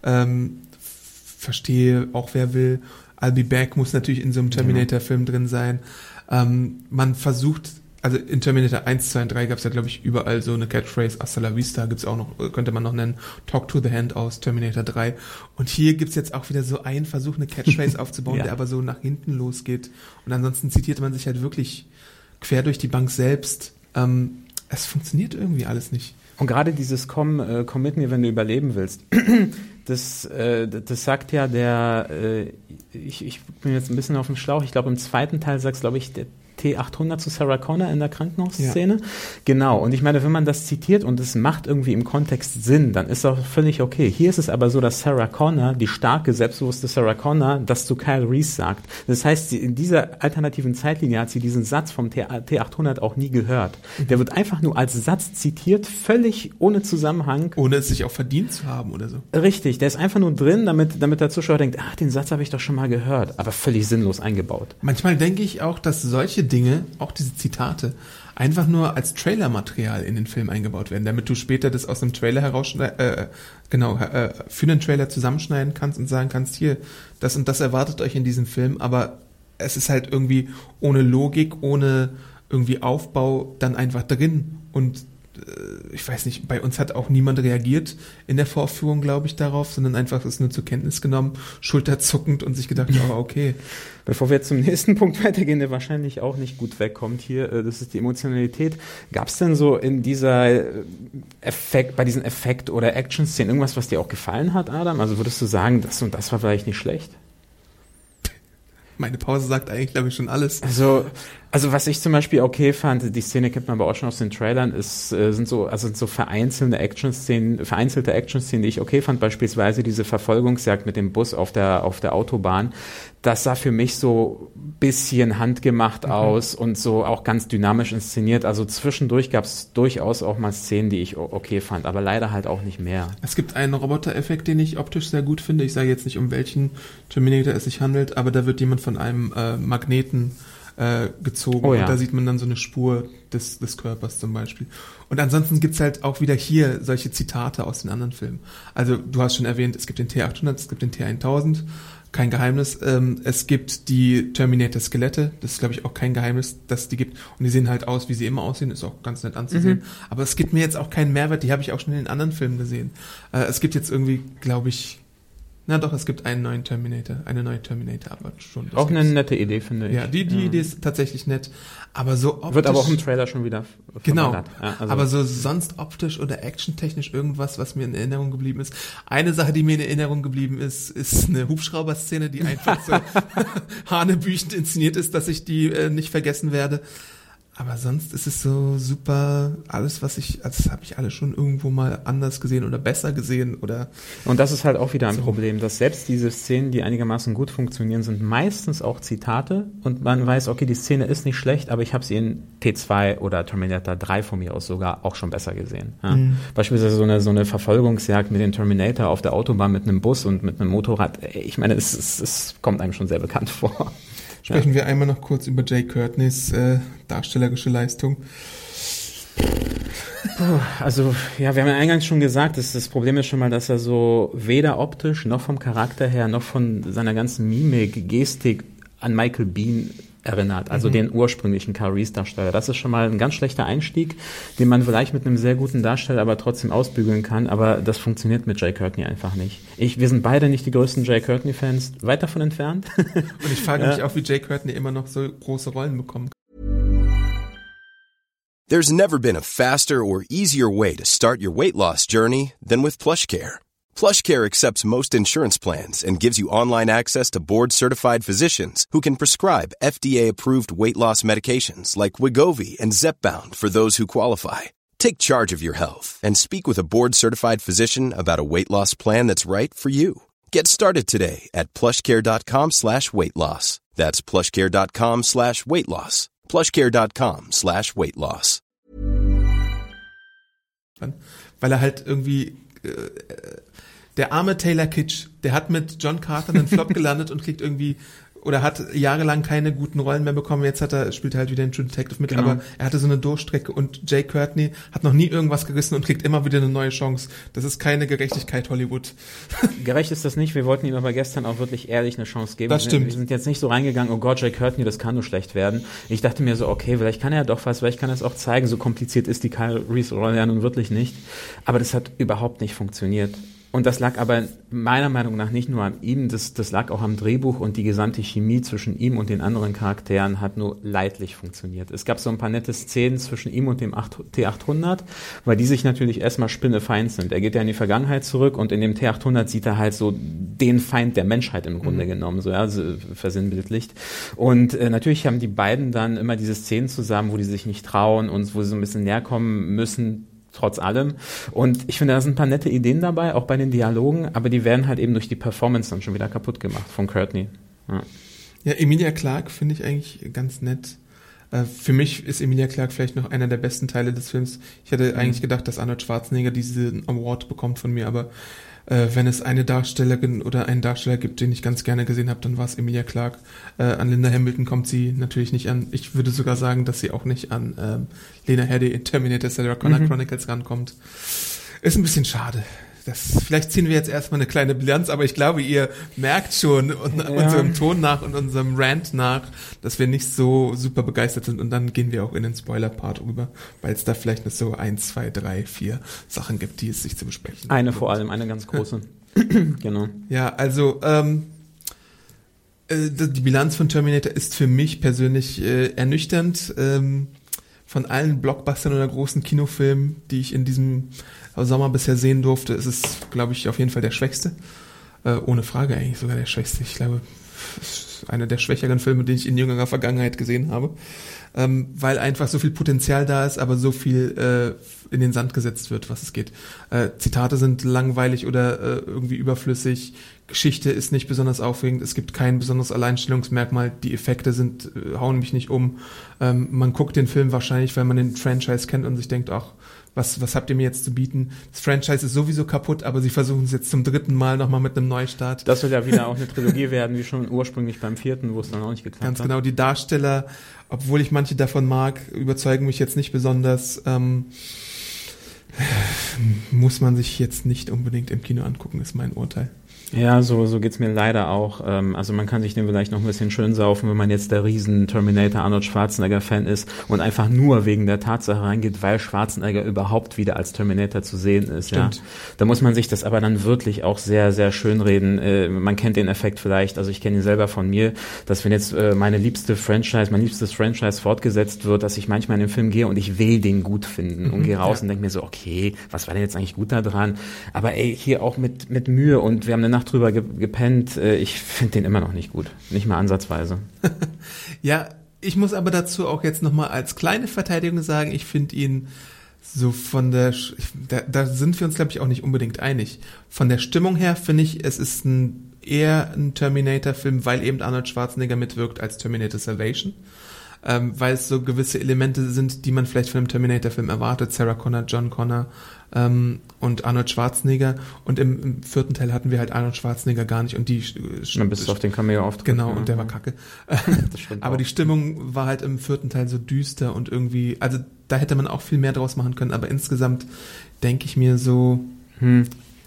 B: verstehe auch, wer will. I'll be back muss natürlich in so einem Terminator-Film drin sein. Man versucht, also in Terminator 1, 2 und 3 gab es ja, glaube ich, überall so eine Catchphrase, hasta la vista gibt's auch noch, könnte man noch nennen, Talk to the Hand aus Terminator 3. Und hier gibt's jetzt auch wieder so einen Versuch, eine Catchphrase aufzubauen, der aber so nach hinten losgeht. Und ansonsten zitiert man sich halt wirklich quer durch die Bank selbst. Es funktioniert irgendwie alles nicht.
C: Und gerade dieses komm mit mir, wenn du überleben willst, das sagt ja ich bin jetzt ein bisschen auf dem Schlauch, ich glaube im zweiten Teil sagst, glaube ich, der T800 zu Sarah Connor in der Krankenhausszene. Ja. Genau, und ich meine, wenn man das zitiert und es macht irgendwie im Kontext Sinn, dann ist auch völlig okay. Hier ist es aber so, dass Sarah Connor, die starke, selbstbewusste Sarah Connor, das zu Kyle Reese sagt. Das heißt, in dieser alternativen Zeitlinie hat sie diesen Satz vom T800 auch nie gehört. Der wird einfach nur als Satz zitiert, völlig ohne Zusammenhang.
B: Ohne es sich auch verdient zu haben oder so.
C: Richtig, der ist einfach nur drin, damit der Zuschauer denkt, den Satz habe ich doch schon mal gehört, aber völlig sinnlos eingebaut.
B: Manchmal denke ich auch, dass solche Dinge, auch diese Zitate, einfach nur als Trailermaterial in den Film eingebaut werden, damit du später das aus einem Trailer für den Trailer zusammenschneiden kannst und sagen kannst, hier, das und das erwartet euch in diesem Film, aber es ist halt irgendwie ohne Logik, ohne irgendwie Aufbau dann einfach drin. Und ich weiß nicht, bei uns hat auch niemand reagiert in der Vorführung, glaube ich, darauf, sondern einfach es nur zur Kenntnis genommen, schulterzuckend und sich gedacht, okay.
C: Bevor wir jetzt zum nächsten Punkt weitergehen, der wahrscheinlich auch nicht gut wegkommt hier, das ist die Emotionalität. Gab es denn so in dieser bei diesen Effekt- oder Action-Szenen irgendwas, was dir auch gefallen hat, Adam? Also würdest du sagen, das und das war vielleicht nicht schlecht?
B: Meine Pause sagt eigentlich, glaube ich, schon alles.
C: Also Also was ich zum Beispiel okay fand, die Szene kennt man aber auch schon aus den Trailern, sind so vereinzelte Action-Szenen, die ich okay fand, beispielsweise diese Verfolgungsjagd mit dem Bus auf der Autobahn. Das sah für mich so ein bisschen handgemacht aus und so auch ganz dynamisch inszeniert. Also zwischendurch gab es durchaus auch mal Szenen, die ich okay fand, aber leider halt auch nicht mehr.
B: Es gibt einen Roboter-Effekt, den ich optisch sehr gut finde. Ich sage jetzt nicht, um welchen Terminator es sich handelt, aber da wird jemand von einem Magneten gezogen und da sieht man dann so eine Spur des Körpers zum Beispiel. Und ansonsten gibt's halt auch wieder hier solche Zitate aus den anderen Filmen. Also du hast schon erwähnt, es gibt den T-800, es gibt den T-1000, kein Geheimnis. Es gibt die Terminator-Skelette, das ist glaube ich auch kein Geheimnis, dass es die gibt. Und die sehen halt aus, wie sie immer aussehen, ist auch ganz nett anzusehen. Aber es gibt mir jetzt auch keinen Mehrwert, die habe ich auch schon in den anderen Filmen gesehen. Es gibt jetzt irgendwie, glaube ich, es gibt eine neue Terminator, aber schon.
C: Auch eine nette Idee, finde ich.
B: Ja, die Idee ist tatsächlich nett, aber so optisch.
C: Wird aber auch im Trailer schon wieder
B: verwandert. Genau, ja, also aber so sonst optisch oder actiontechnisch irgendwas, was mir in Erinnerung geblieben ist. Eine Sache, die mir in Erinnerung geblieben ist eine Hubschrauber-Szene, die einfach so hanebüchend inszeniert ist, dass ich die nicht vergessen werde. Aber sonst ist es so super, das habe ich alles schon irgendwo mal anders gesehen oder besser gesehen oder.
C: Und das ist halt auch wieder ein Problem, dass selbst diese Szenen, die einigermaßen gut funktionieren, sind meistens auch Zitate und man weiß, okay, die Szene ist nicht schlecht, aber ich habe sie in T2 oder Terminator 3 von mir aus sogar auch schon besser gesehen. Ja. Beispielsweise so eine Verfolgungsjagd mit dem Terminator auf der Autobahn mit einem Bus und mit einem Motorrad. Ich meine, es kommt einem schon sehr bekannt vor.
B: Sprechen wir einmal noch kurz über Jay Courtneys darstellerische Leistung.
C: Also, ja, wir haben ja eingangs schon gesagt, das Problem ist schon mal, dass er so weder optisch noch vom Charakter her noch von seiner ganzen Mimik, Gestik an Michael Biehn erinnert, also den ursprünglichen Kyle Reese-Darsteller. Das ist schon mal ein ganz schlechter Einstieg, den man vielleicht mit einem sehr guten Darsteller aber trotzdem ausbügeln kann, aber das funktioniert mit Jay Courtney einfach nicht. Wir sind beide nicht die größten Jay Courtney-Fans, weit davon entfernt.
B: Und ich frage mich auch, wie Jay Courtney immer noch so große Rollen bekommt.
D: There's never been a faster or easier way to start your weight loss journey than with PlushCare. PlushCare accepts most insurance plans and gives you online access to board-certified physicians who can prescribe FDA-approved weight loss medications like Wegovy and Zepbound for those who qualify. Take charge of your health and speak with a board-certified physician about a weight loss plan that's right for you. Get started today at plushcare.com/weightloss. That's plushcare.com/weightloss. plushcare.com/weightloss.
B: Weil er halt irgendwie der arme Taylor Kitsch, der hat mit John Carter einen Flop gelandet und kriegt irgendwie oder hat jahrelang keine guten Rollen mehr bekommen. Jetzt spielt er halt wieder in True Detective mit, aber er hatte so eine Durchstrecke und Jay Courtney hat noch nie irgendwas gerissen und kriegt immer wieder eine neue Chance. Das ist keine Gerechtigkeit, Hollywood.
C: Gerecht ist das nicht. Wir wollten ihm aber gestern auch wirklich ehrlich eine Chance geben.
B: Das stimmt.
C: Wir sind jetzt nicht so reingegangen, oh Gott, Jay Courtney, das kann nur schlecht werden. Ich dachte mir so, okay, vielleicht kann er doch was, vielleicht kann er es auch zeigen. So kompliziert ist die Kyle Reese-Rolle ja nun wirklich nicht. Aber das hat überhaupt nicht funktioniert. Und das lag aber meiner Meinung nach nicht nur an ihm, das lag auch am Drehbuch und die gesamte Chemie zwischen ihm und den anderen Charakteren hat nur leidlich funktioniert. Es gab so ein paar nette Szenen zwischen ihm und dem T-800, weil die sich natürlich erstmal spinnefeind sind. Er geht ja in die Vergangenheit zurück und in dem T-800 sieht er halt so den Feind der Menschheit im Grunde genommen, so versinnbildlicht. Und natürlich haben die beiden dann immer diese Szenen zusammen, wo die sich nicht trauen und wo sie so ein bisschen näher kommen müssen, trotz allem. Und ich finde, da sind ein paar nette Ideen dabei, auch bei den Dialogen, aber die werden halt eben durch die Performance dann schon wieder kaputt gemacht von Courtney.
B: Ja, Emilia Clarke finde ich eigentlich ganz nett. Für mich ist Emilia Clarke vielleicht noch einer der besten Teile des Films. Ich hätte eigentlich gedacht, dass Arnold Schwarzenegger diesen Award bekommt von mir, aber wenn es eine Darstellerin oder einen Darsteller gibt, den ich ganz gerne gesehen habe, dann war es Emilia Clarke. An Linda Hamilton kommt sie natürlich nicht an. Ich würde sogar sagen, dass sie auch nicht an Lena Headey in Terminator Sarah Connor Chronicles rankommt. Ist ein bisschen schade. Vielleicht ziehen wir jetzt erstmal eine kleine Bilanz, aber ich glaube, ihr merkt schon unserem Ton nach und unserem Rant nach, dass wir nicht so super begeistert sind und dann gehen wir auch in den Spoiler-Part rüber, weil es da vielleicht noch so 1, 2, 3, 4 Sachen gibt, die es sich zu besprechen
C: Eine vor allem, eine ganz große. Genau.
B: Ja, also die Bilanz von Terminator ist für mich persönlich ernüchternd. Von allen Blockbustern oder großen Kinofilmen, die ich in diesem Sommer bisher sehen durfte, ist es, glaube ich, auf jeden Fall der schwächste. Ohne Frage eigentlich sogar der schwächste. Ich glaube, ist einer der schwächeren Filme, den ich in jüngerer Vergangenheit gesehen habe, weil einfach so viel Potenzial da ist, aber so viel in den Sand gesetzt wird, was es geht. Zitate sind langweilig oder irgendwie überflüssig. Geschichte ist nicht besonders aufregend. Es gibt kein besonderes Alleinstellungsmerkmal. Die Effekte hauen mich nicht um. Man guckt den Film wahrscheinlich, weil man den Franchise kennt und sich denkt, ach, was habt ihr mir jetzt zu bieten? Das Franchise ist sowieso kaputt, aber sie versuchen es jetzt zum 3. Mal nochmal mit einem Neustart.
C: Das wird ja wieder auch eine Trilogie werden, wie schon ursprünglich beim 4., wo es dann auch nicht geklappt hat.
B: Ganz genau, die Darsteller, obwohl ich manche davon mag, überzeugen mich jetzt nicht besonders. Muss man sich jetzt nicht unbedingt im Kino angucken, ist mein Urteil.
C: Ja, so geht's mir leider auch. Also man kann sich den vielleicht noch ein bisschen schön saufen, wenn man jetzt der riesen Terminator Arnold Schwarzenegger Fan ist und einfach nur wegen der Tatsache reingeht, weil Schwarzenegger überhaupt wieder als Terminator zu sehen ist.
B: Stimmt.
C: Ja. Da muss man sich das aber dann wirklich auch sehr, sehr schön reden. Man kennt den Effekt vielleicht, also ich kenne ihn selber von mir, dass wenn jetzt mein liebstes Franchise fortgesetzt wird, dass ich manchmal in den Film gehe und ich will den gut finden und gehe raus und denke mir so, okay, was war denn jetzt eigentlich gut da dran? Aber hier auch mit Mühe, und wir haben eine Nacht drüber gepennt. Ich finde den immer noch nicht gut. Nicht mal ansatzweise.
B: Ja, ich muss aber dazu auch jetzt nochmal als kleine Verteidigung sagen, ich finde ihn so von da sind wir uns, glaube ich, auch nicht unbedingt einig. Von der Stimmung her finde ich, es ist eher ein Terminator-Film, weil eben Arnold Schwarzenegger mitwirkt als Terminator Salvation. Weil es so gewisse Elemente sind, die man vielleicht von einem Terminator-Film erwartet. Sarah Connor, John Connor und Arnold Schwarzenegger. Und im 4. Teil hatten wir halt Arnold Schwarzenegger gar nicht. Und die
C: man bist auf den Cameo oft.
B: Genau, und der war kacke. Aber die Stimmung war halt im 4. Teil so düster und irgendwie, also da hätte man auch viel mehr draus machen können. Aber insgesamt denke ich mir so, ein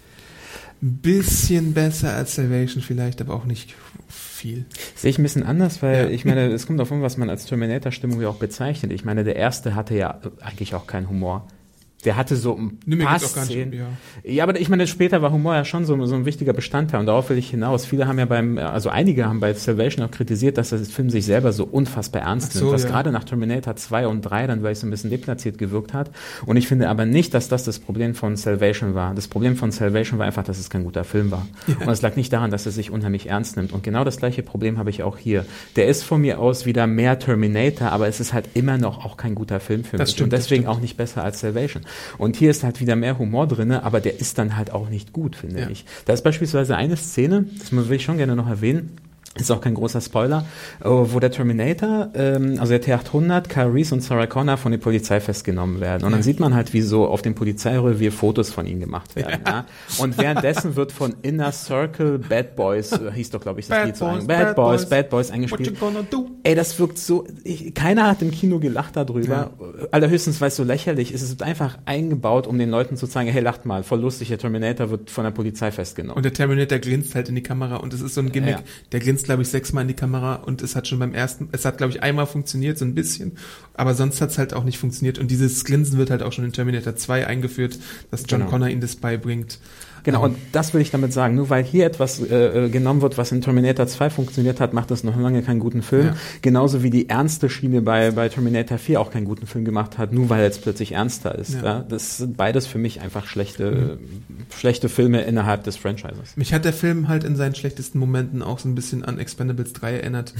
B: bisschen besser als Salvation vielleicht, aber auch nicht viel.
C: Sehe ich ein bisschen anders, weil ich meine, es kommt davon, was man als Terminator-Stimmung ja auch bezeichnet. Ich meine, der erste hatte ja eigentlich auch keinen Humor. Der hatte so ein paar Szenen. Ja, aber ich meine, später war Humor ja schon so ein wichtiger Bestandteil, und darauf will ich hinaus. Viele haben ja einige haben bei Salvation auch kritisiert, dass das Film sich selber so unfassbar ernst nimmt, was gerade nach Terminator 2 und 3 dann vielleicht so ein bisschen deplatziert gewirkt hat. Und ich finde aber nicht, dass das Problem von Salvation war. Das Problem von Salvation war einfach, dass es kein guter Film war. Ja. Und es lag nicht daran, dass er sich unheimlich ernst nimmt. Und genau das gleiche Problem habe ich auch hier. Der ist von mir aus wieder mehr Terminator, aber es ist halt immer noch auch kein guter Film für mich.
B: Stimmt,
C: und deswegen auch nicht besser als Salvation. Und hier ist halt wieder mehr Humor drinne, aber der ist dann halt auch nicht gut, finde ich. Da ist beispielsweise eine Szene, das will ich schon gerne noch erwähnen, ist auch kein großer Spoiler, wo der Terminator, also der T-800, Kyle Reese und Sarah Connor von der Polizei festgenommen werden. Und dann sieht man halt, wie so auf dem Polizeirevier Fotos von ihnen gemacht werden. Ja. Und währenddessen wird von Inner Circle Bad Boys, hieß doch, glaube ich, das Lied so Bad Boys eingespielt. Ey, das wirkt so, keiner hat im Kino gelacht darüber. Ja. Allerhöchstens, weil es so lächerlich ist. Es wird einfach eingebaut, um den Leuten zu zeigen, hey, lacht mal, voll lustig, der Terminator wird von der Polizei festgenommen.
B: Und der Terminator grinst halt in die Kamera, und es ist so ein Gimmick, der grinst, glaube ich, 6-mal in die Kamera, und es hat schon es hat, glaube ich, einmal funktioniert, so ein bisschen, aber sonst hat es halt auch nicht funktioniert, und dieses Grinsen wird halt auch schon in Terminator 2 eingeführt, dass John Connor ihn das beibringt.
C: Genau, und das will ich damit sagen. Nur weil hier etwas genommen wird, was in Terminator 2 funktioniert hat, macht das noch lange keinen guten Film. Ja. Genauso wie die ernste Schiene bei Terminator 4 auch keinen guten Film gemacht hat, nur weil er jetzt plötzlich ernster ist. Ja. Ja, das sind beides für mich einfach schlechte Filme innerhalb des Franchises.
B: Mich hat der Film halt in seinen schlechtesten Momenten auch so ein bisschen an Expendables 3 erinnert.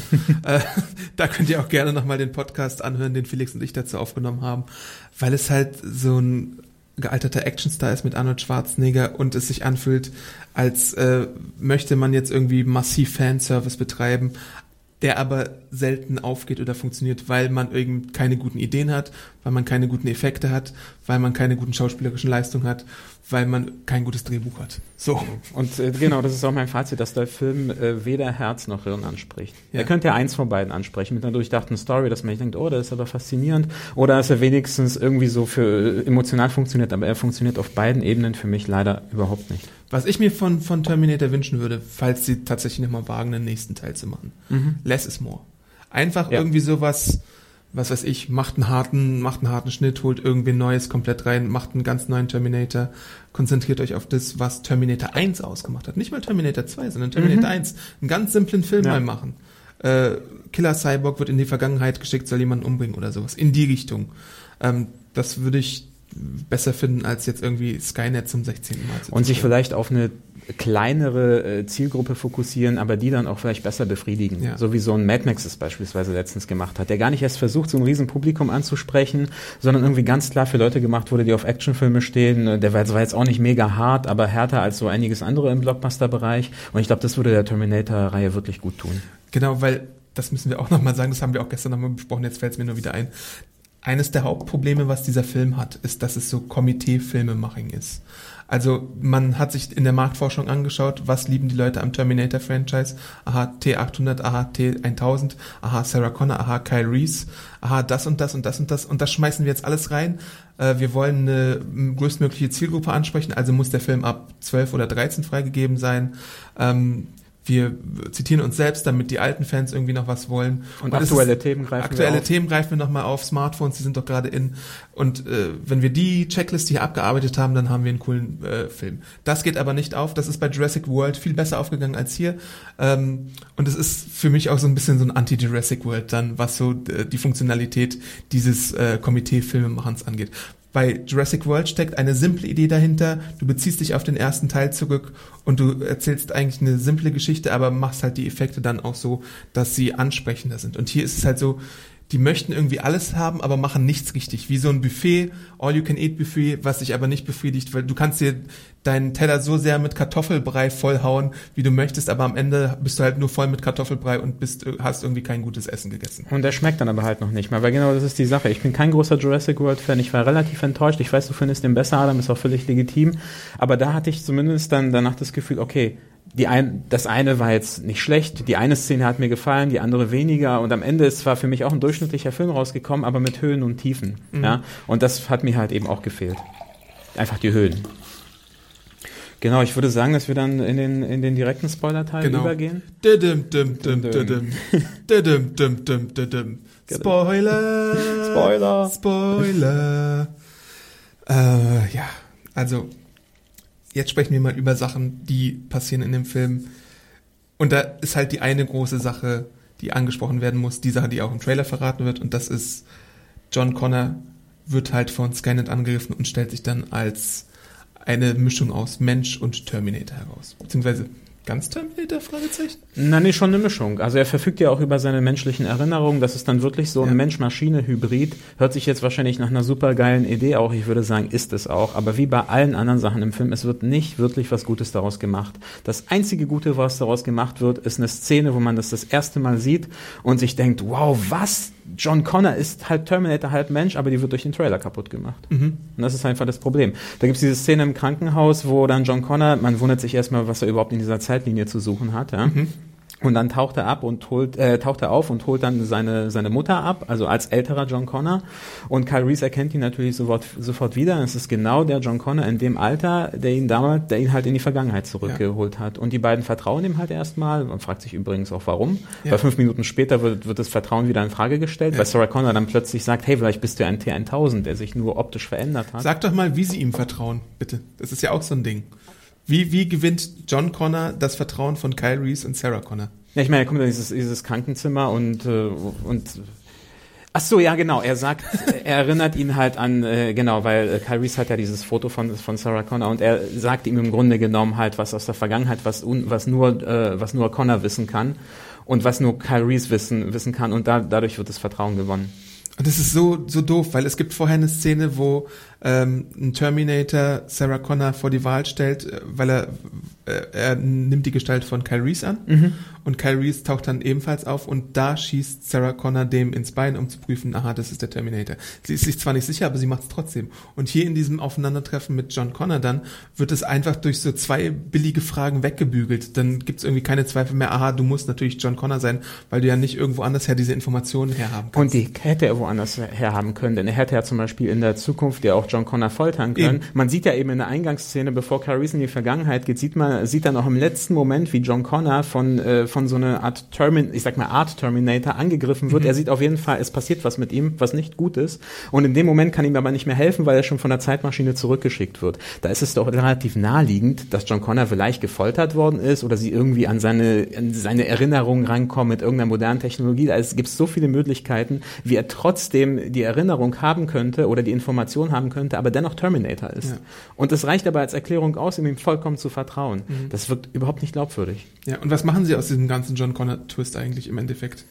B: Da könnt ihr auch gerne nochmal den Podcast anhören, den Felix und ich dazu aufgenommen haben, weil es halt so ein gealterter Actionstar ist mit Arnold Schwarzenegger und es sich anfühlt, als möchte man jetzt irgendwie massiv Fanservice betreiben, der aber selten aufgeht oder funktioniert, weil man eben keine guten Ideen hat, weil man keine guten Effekte hat, weil man keine guten schauspielerischen Leistungen hat, weil man kein gutes Drehbuch hat. So.
C: Und genau, das ist auch mein Fazit, dass der Film weder Herz noch Hirn anspricht. Ja. Er könnte ja eins von beiden ansprechen, mit einer durchdachten Story, dass man nicht denkt, oh, das ist aber faszinierend, oder dass er wenigstens irgendwie so für emotional funktioniert, aber er funktioniert auf beiden Ebenen für mich leider überhaupt nicht.
B: Was ich mir von Terminator wünschen würde, falls sie tatsächlich nochmal wagen, den nächsten Teil zu machen. Less is more. Einfach irgendwie sowas, was weiß ich, macht einen harten Schnitt, holt irgendwen Neues komplett rein, macht einen ganz neuen Terminator, konzentriert euch auf das, was Terminator 1 ausgemacht hat. Nicht mal Terminator 2, sondern Terminator 1. Einen ganz simplen Film mal machen. Killer Cyborg wird in die Vergangenheit geschickt, soll jemanden umbringen oder sowas. In die Richtung. Das würde ich besser finden, als jetzt irgendwie Skynet zum 16. Mal zu
C: und sich vielleicht auf eine kleinere Zielgruppe fokussieren, aber die dann auch vielleicht besser befriedigen.
B: Ja.
C: So wie so ein Mad Max es beispielsweise letztens gemacht hat, der gar nicht erst versucht, so ein riesen Publikum anzusprechen, sondern irgendwie ganz klar für Leute gemacht wurde, die auf Actionfilme stehen. Der war jetzt auch nicht mega hart, aber härter als so einiges andere im Blockbuster-Bereich. Und ich glaube, das würde der Terminator-Reihe wirklich gut tun.
B: Genau, weil, das müssen wir auch nochmal sagen, das haben wir auch gestern nochmal besprochen, jetzt fällt es mir nur wieder ein. Eines der Hauptprobleme, was dieser Film hat, ist, dass es so Komitee-Filmemaching ist. Also man hat sich in der Marktforschung angeschaut, was lieben die Leute am Terminator-Franchise. Aha, T-800, aha, T-1000, aha, Sarah Connor, aha, Kyle Reese, aha, das und das und das und das. Und das schmeißen wir jetzt alles rein. Wir wollen eine größtmögliche Zielgruppe ansprechen, also muss der Film ab 12 oder 13 freigegeben sein. Wir zitieren uns selbst, damit die alten Fans irgendwie noch was wollen.
C: Und aktuelle Themen
B: greifen wir nochmal auf. Smartphones, die sind doch gerade in. Und wenn wir die Checkliste hier abgearbeitet haben, dann haben wir einen coolen Film. Das geht aber nicht auf. Das ist bei Jurassic World viel besser aufgegangen als hier. Und es ist für mich auch so ein bisschen so ein Anti-Jurassic World dann, was so die Funktionalität dieses Komitee-Filmemachens angeht. Bei Jurassic World steckt eine simple Idee dahinter, du beziehst dich auf den ersten Teil zurück und du erzählst eigentlich eine simple Geschichte, aber machst halt die Effekte dann auch so, dass sie ansprechender sind. Und hier ist es halt so, die möchten irgendwie alles haben, aber machen nichts richtig. Wie so ein Buffet, All-You-Can-Eat-Buffet, was sich aber nicht befriedigt, weil du kannst dir deinen Teller so sehr mit Kartoffelbrei vollhauen, wie du möchtest, aber am Ende bist du halt nur voll mit Kartoffelbrei und hast irgendwie kein gutes Essen gegessen.
C: Und der schmeckt dann aber halt noch nicht mal, weil genau das ist die Sache. Ich bin kein großer Jurassic World-Fan, ich war relativ enttäuscht. Ich weiß, du findest den besser, Adam, ist auch völlig legitim. Aber da hatte ich zumindest dann danach das Gefühl, okay, das eine war jetzt nicht schlecht, die eine Szene hat mir gefallen, die andere weniger und am Ende ist zwar für mich auch ein durchschnittlicher Film rausgekommen, aber mit Höhen und Tiefen. Mhm. Ja? Und das hat mir halt eben auch gefehlt. Einfach die Höhen. Genau, ich würde sagen, dass wir dann in den direkten Spoiler-Teil übergehen.
B: Spoiler. Ja, also jetzt sprechen wir mal über Sachen, die passieren in dem Film. Und da ist halt die eine große Sache, die angesprochen werden muss, die Sache, die auch im Trailer verraten wird. Und das ist, John Connor wird halt von Skynet angegriffen und stellt sich dann als eine Mischung aus Mensch und Terminator heraus. Beziehungsweise ganz Terminator, Fragezeichen?
C: Nein, nee, schon eine Mischung. Also er verfügt ja auch über seine menschlichen Erinnerungen. Das ist dann wirklich so ein Mensch-Maschine-Hybrid. Hört sich jetzt wahrscheinlich nach einer super geilen Idee auch. Ich würde sagen, ist es auch. Aber wie bei allen anderen Sachen im Film, es wird nicht wirklich was Gutes daraus gemacht. Das einzige Gute, was daraus gemacht wird, ist eine Szene, wo man das erste Mal sieht und sich denkt, wow, was? John Connor ist halb Terminator, halb Mensch, aber die wird durch den Trailer kaputt gemacht. Mhm. Und das ist einfach das Problem. Da gibt es diese Szene im Krankenhaus, wo dann John Connor, man wundert sich erstmal, was er überhaupt in dieser Zeitlinie zu suchen hat, ja. Mhm. Und dann taucht er auf und holt dann seine Mutter ab, also als älterer John Connor. Und Kyle Reese erkennt ihn natürlich sofort wieder. Es ist genau der John Connor in dem Alter, der ihn halt in die Vergangenheit zurückgeholt hat. Und die beiden vertrauen ihm halt erstmal. Man fragt sich übrigens auch, warum. Ja. Weil 5 Minuten später wird das Vertrauen wieder in Frage gestellt, weil Sarah Connor dann plötzlich sagt, hey, vielleicht bist du ein T-1000, der sich nur optisch verändert hat.
B: Sag doch mal, wie sie ihm vertrauen, bitte. Das ist ja auch so ein Ding. Wie gewinnt John Connor das Vertrauen von Kyle Reese und Sarah Connor?
C: Ja, ich meine, er kommt in dieses Krankenzimmer und ach so, ja, genau. Er erinnert ihn halt an, weil Kyle Reese hat ja dieses Foto von Sarah Connor und er sagt ihm im Grunde genommen halt was aus der Vergangenheit, was nur Connor wissen kann und was nur Kyle Reese wissen kann und dadurch wird das Vertrauen gewonnen.
B: Und das ist so doof, weil es gibt vorher eine Szene, wo ein Terminator Sarah Connor vor die Wahl stellt, weil er nimmt die Gestalt von Kyle Reese an und Kyle Reese taucht dann ebenfalls auf und da schießt Sarah Connor dem ins Bein, um zu prüfen, aha, das ist der Terminator. Sie ist sich zwar nicht sicher, aber sie macht es trotzdem. Und hier in diesem Aufeinandertreffen mit John Connor dann wird es einfach durch so 2 billige Fragen weggebügelt. Dann gibt es irgendwie keine Zweifel mehr, aha, du musst natürlich John Connor sein, weil du ja nicht irgendwo anders her diese Informationen herhaben kannst.
C: Und die hätte er woanders herhaben können, denn er hätte ja zum Beispiel in der Zukunft ja auch John Connor foltern können. Man sieht ja eben in der Eingangsszene, bevor Kyle Reese in die Vergangenheit geht, sieht dann auch im letzten Moment, wie John Connor von so einer Art Art Terminator angegriffen wird. Er sieht auf jeden Fall, es passiert was mit ihm, was nicht gut ist. Und in dem Moment kann ihm aber nicht mehr helfen, weil er schon von der Zeitmaschine zurückgeschickt wird. Da ist es doch relativ naheliegend, dass John Connor vielleicht gefoltert worden ist oder sie irgendwie an seine Erinnerungen rankommen mit irgendeiner modernen Technologie. Da gibt es so viele Möglichkeiten, wie er trotzdem trotzdem die Erinnerung haben könnte oder die Information haben könnte, aber dennoch Terminator ist. Ja. Und das reicht aber als Erklärung aus, ihm vollkommen zu vertrauen. Das wirkt überhaupt nicht glaubwürdig.
B: Ja, und was machen sie aus diesem ganzen John Connor-Twist eigentlich im Endeffekt?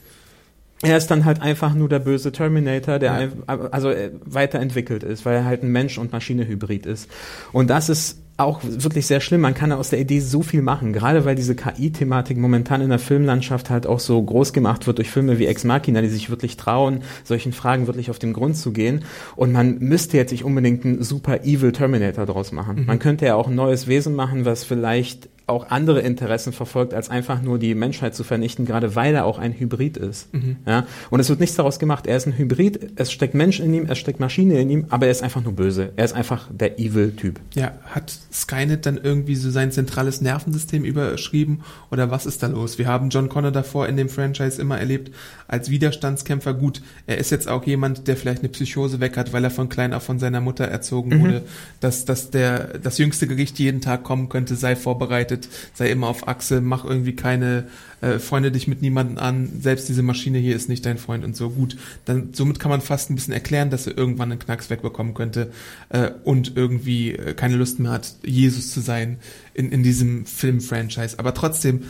C: Er ist dann halt einfach nur der böse Terminator, der weiterentwickelt ist, weil er halt ein Mensch- und Maschine-Hybrid ist. Und das ist auch wirklich sehr schlimm. Man kann aus der Idee so viel machen, gerade weil diese KI-Thematik momentan in der Filmlandschaft halt auch so groß gemacht wird durch Filme wie Ex Machina, die sich wirklich trauen, solchen Fragen wirklich auf den Grund zu gehen. Und man müsste jetzt nicht unbedingt einen super evil Terminator draus machen. Man könnte ja auch ein neues Wesen machen, was vielleicht auch andere Interessen verfolgt, als einfach nur die Menschheit zu vernichten, gerade weil er auch ein Hybrid ist. Ja? Und es wird nichts daraus gemacht. Er ist ein Hybrid, es steckt Mensch in ihm, es steckt Maschine in ihm, aber er ist einfach nur böse. Er ist einfach der Evil-Typ.
B: Ja, hat Skynet dann irgendwie so sein zentrales Nervensystem überschrieben oder was ist da los? Wir haben John Connor davor in dem Franchise immer erlebt als Widerstandskämpfer. Gut, er ist jetzt auch jemand, der vielleicht eine Psychose weg hat, weil er von klein auf von seiner Mutter erzogen wurde, dass das jüngste Gericht jeden Tag kommen könnte, sei vorbereitet, sei immer auf Achse, mach irgendwie keine freunde dich mit niemandem an, selbst diese Maschine hier ist nicht dein Freund und so. Gut, dann somit kann man fast ein bisschen erklären, dass er irgendwann einen Knacks wegbekommen könnte und irgendwie keine Lust mehr hat, Jesus zu sein in diesem Film-Franchise. Aber trotzdem,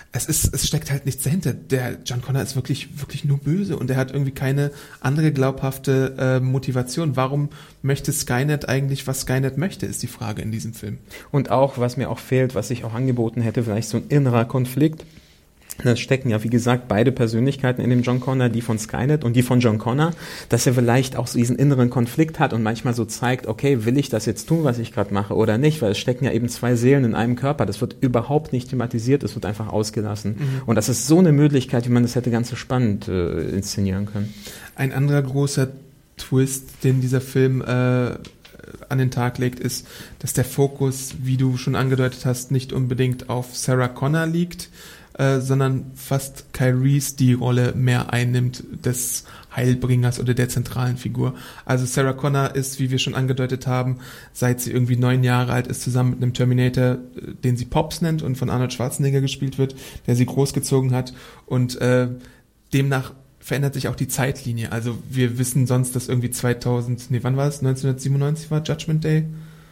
B: es steckt halt nichts dahinter. Der John Connor ist wirklich nur böse und er hat irgendwie keine andere glaubhafte Motivation. Warum möchte Skynet eigentlich, was Skynet möchte, ist die Frage in diesem Film.
C: Und auch, was mir auch fehlt, was sich auch angeboten hätte, vielleicht so ein innerer Konflikt. Das stecken ja, wie gesagt, beide Persönlichkeiten in dem John Connor, die von Skynet und die von John Connor, dass er vielleicht auch so diesen inneren Konflikt hat und manchmal so zeigt, okay, will ich das jetzt tun, was ich gerade mache oder nicht, weil es stecken ja eben zwei Seelen in einem Körper, das wird überhaupt nicht thematisiert, es wird einfach ausgelassen. Und das ist so eine Möglichkeit, wie man das hätte ganz so spannend inszenieren können.
B: Ein anderer großer Twist, den dieser Film an den Tag legt, ist, dass der Fokus, wie du schon angedeutet hast, nicht unbedingt auf Sarah Connor liegt, sondern fast Kyle Reese die Rolle mehr einnimmt des Heilbringers oder der zentralen Figur. Also Sarah Connor ist, wie wir schon angedeutet haben, seit sie irgendwie 9 Jahre alt ist, zusammen mit einem Terminator, den sie Pops nennt und von Arnold Schwarzenegger gespielt wird, der sie großgezogen hat und demnach verändert sich auch die Zeitlinie. Also wir wissen sonst, dass irgendwie 1997 war Judgment Day?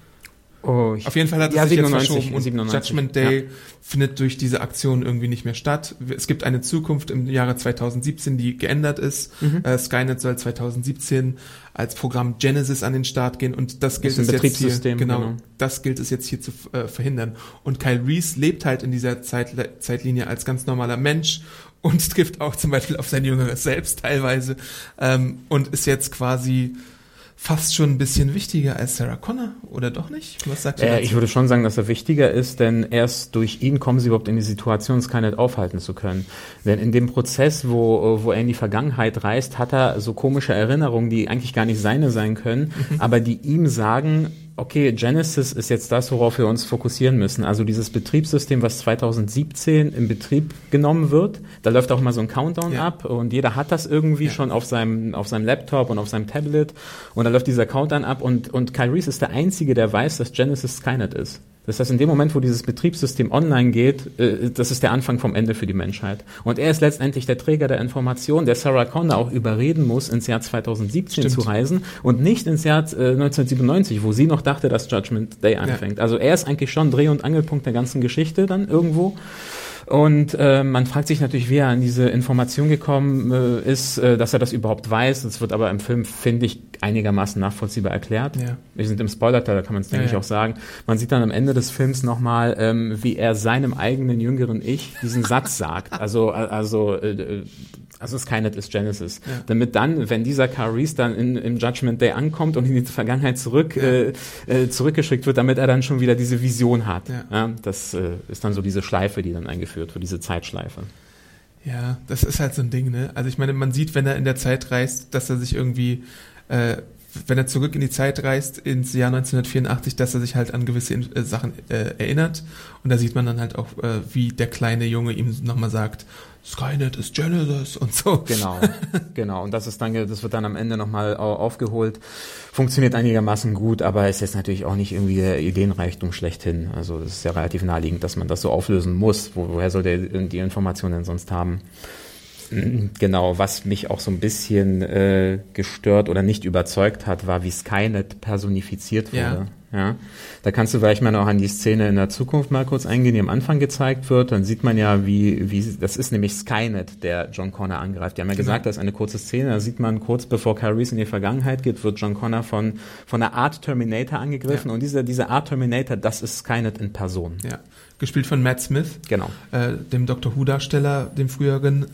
B: Auf jeden Fall hat es sich jetzt verschoben und 97, Judgment Day findet durch diese Aktion irgendwie nicht mehr statt. Es gibt eine Zukunft im Jahre 2017, die geändert ist. Skynet soll 2017 als Programm Genesis an den Start gehen und das gilt es jetzt hier, genau, das gilt es jetzt hier zu verhindern. Und Kyle Reese lebt halt in dieser Zeitlinie als ganz normaler Mensch und trifft auch zum Beispiel auf sein jüngeres Selbst teilweise und ist jetzt quasi fast schon ein bisschen wichtiger als Sarah Connor, oder doch nicht? Was sagst du dazu?
C: Ich würde schon sagen, dass er wichtiger ist, denn erst durch ihn kommen sie überhaupt in die Situation, Skynet aufhalten zu können. Denn in dem Prozess, wo er in die Vergangenheit reist, hat er so komische Erinnerungen, die eigentlich gar nicht seine sein können, aber die ihm sagen, okay, Genesis ist jetzt das, worauf wir uns fokussieren müssen. Also dieses Betriebssystem, was 2017 in Betrieb genommen wird, da läuft auch mal so ein Countdown ab und jeder hat das irgendwie schon auf seinem Laptop und auf seinem Tablet und da läuft dieser Countdown ab und Kyle Reese ist der Einzige, der weiß, dass Genesis Skynet ist. Das heißt, in dem Moment, wo dieses Betriebssystem online geht, das ist der Anfang vom Ende für die Menschheit. Und er ist letztendlich der Träger der Information, der Sarah Connor auch überreden muss, ins Jahr 2017 zu reisen und nicht ins Jahr 1997, wo sie noch dachte, dass Judgment Day anfängt. Ja. Also er ist eigentlich schon Dreh- und Angelpunkt der ganzen Geschichte dann irgendwo. Und man fragt sich natürlich, wie er an diese Information gekommen ist, dass er das überhaupt weiß. Das wird aber im Film, finde ich, einigermaßen nachvollziehbar erklärt. Ja. Wir sind im Spoiler-Teil, da kann man es, denke ich, auch sagen. Man sieht dann am Ende des Films nochmal, wie er seinem eigenen jüngeren Ich diesen Satz sagt. Also Skynet ist Genesis. Ja. Damit dann, wenn dieser Kyle Reese dann im Judgment Day ankommt und in die Vergangenheit zurückgeschickt wird, damit er dann schon wieder diese Vision hat. Ja. Ja, das ist dann so diese Schleife, die dann eingeführt wird, diese Zeitschleife.
B: Ja, das ist halt so ein Ding, ne? Also ich meine, man sieht, wenn er in der Zeit reist, dass er sich irgendwie, wenn er zurück in die Zeit reist, ins Jahr 1984, dass er sich halt an gewisse Sachen erinnert. Und da sieht man dann halt auch, wie der kleine Junge ihm nochmal sagt, Skynet ist Genesis und so. Genau. Und das wird dann am Ende nochmal aufgeholt. Funktioniert einigermaßen gut, aber ist jetzt natürlich auch nicht irgendwie der Ideenreichtum schlechthin. Also es ist ja relativ naheliegend, dass man das so auflösen muss. Woher soll der die Informationen denn sonst haben?
C: Genau, was mich auch so ein bisschen gestört oder nicht überzeugt hat, war, wie Skynet personifiziert wurde. Ja. Da kannst du vielleicht mal noch an die Szene in der Zukunft mal kurz eingehen, die am Anfang gezeigt wird. Dann sieht man ja, wie das ist nämlich Skynet, der John Connor angreift. Die haben ja gesagt, das ist eine kurze Szene. Da sieht man kurz bevor Kyle Reese in die Vergangenheit geht, wird John Connor von einer Art Terminator angegriffen. Ja. Und diese Art Terminator, das ist Skynet in Person.
B: Ja, gespielt von Matt Smith.
C: Genau.
B: Dem Doctor Who-Darsteller, dem früheren.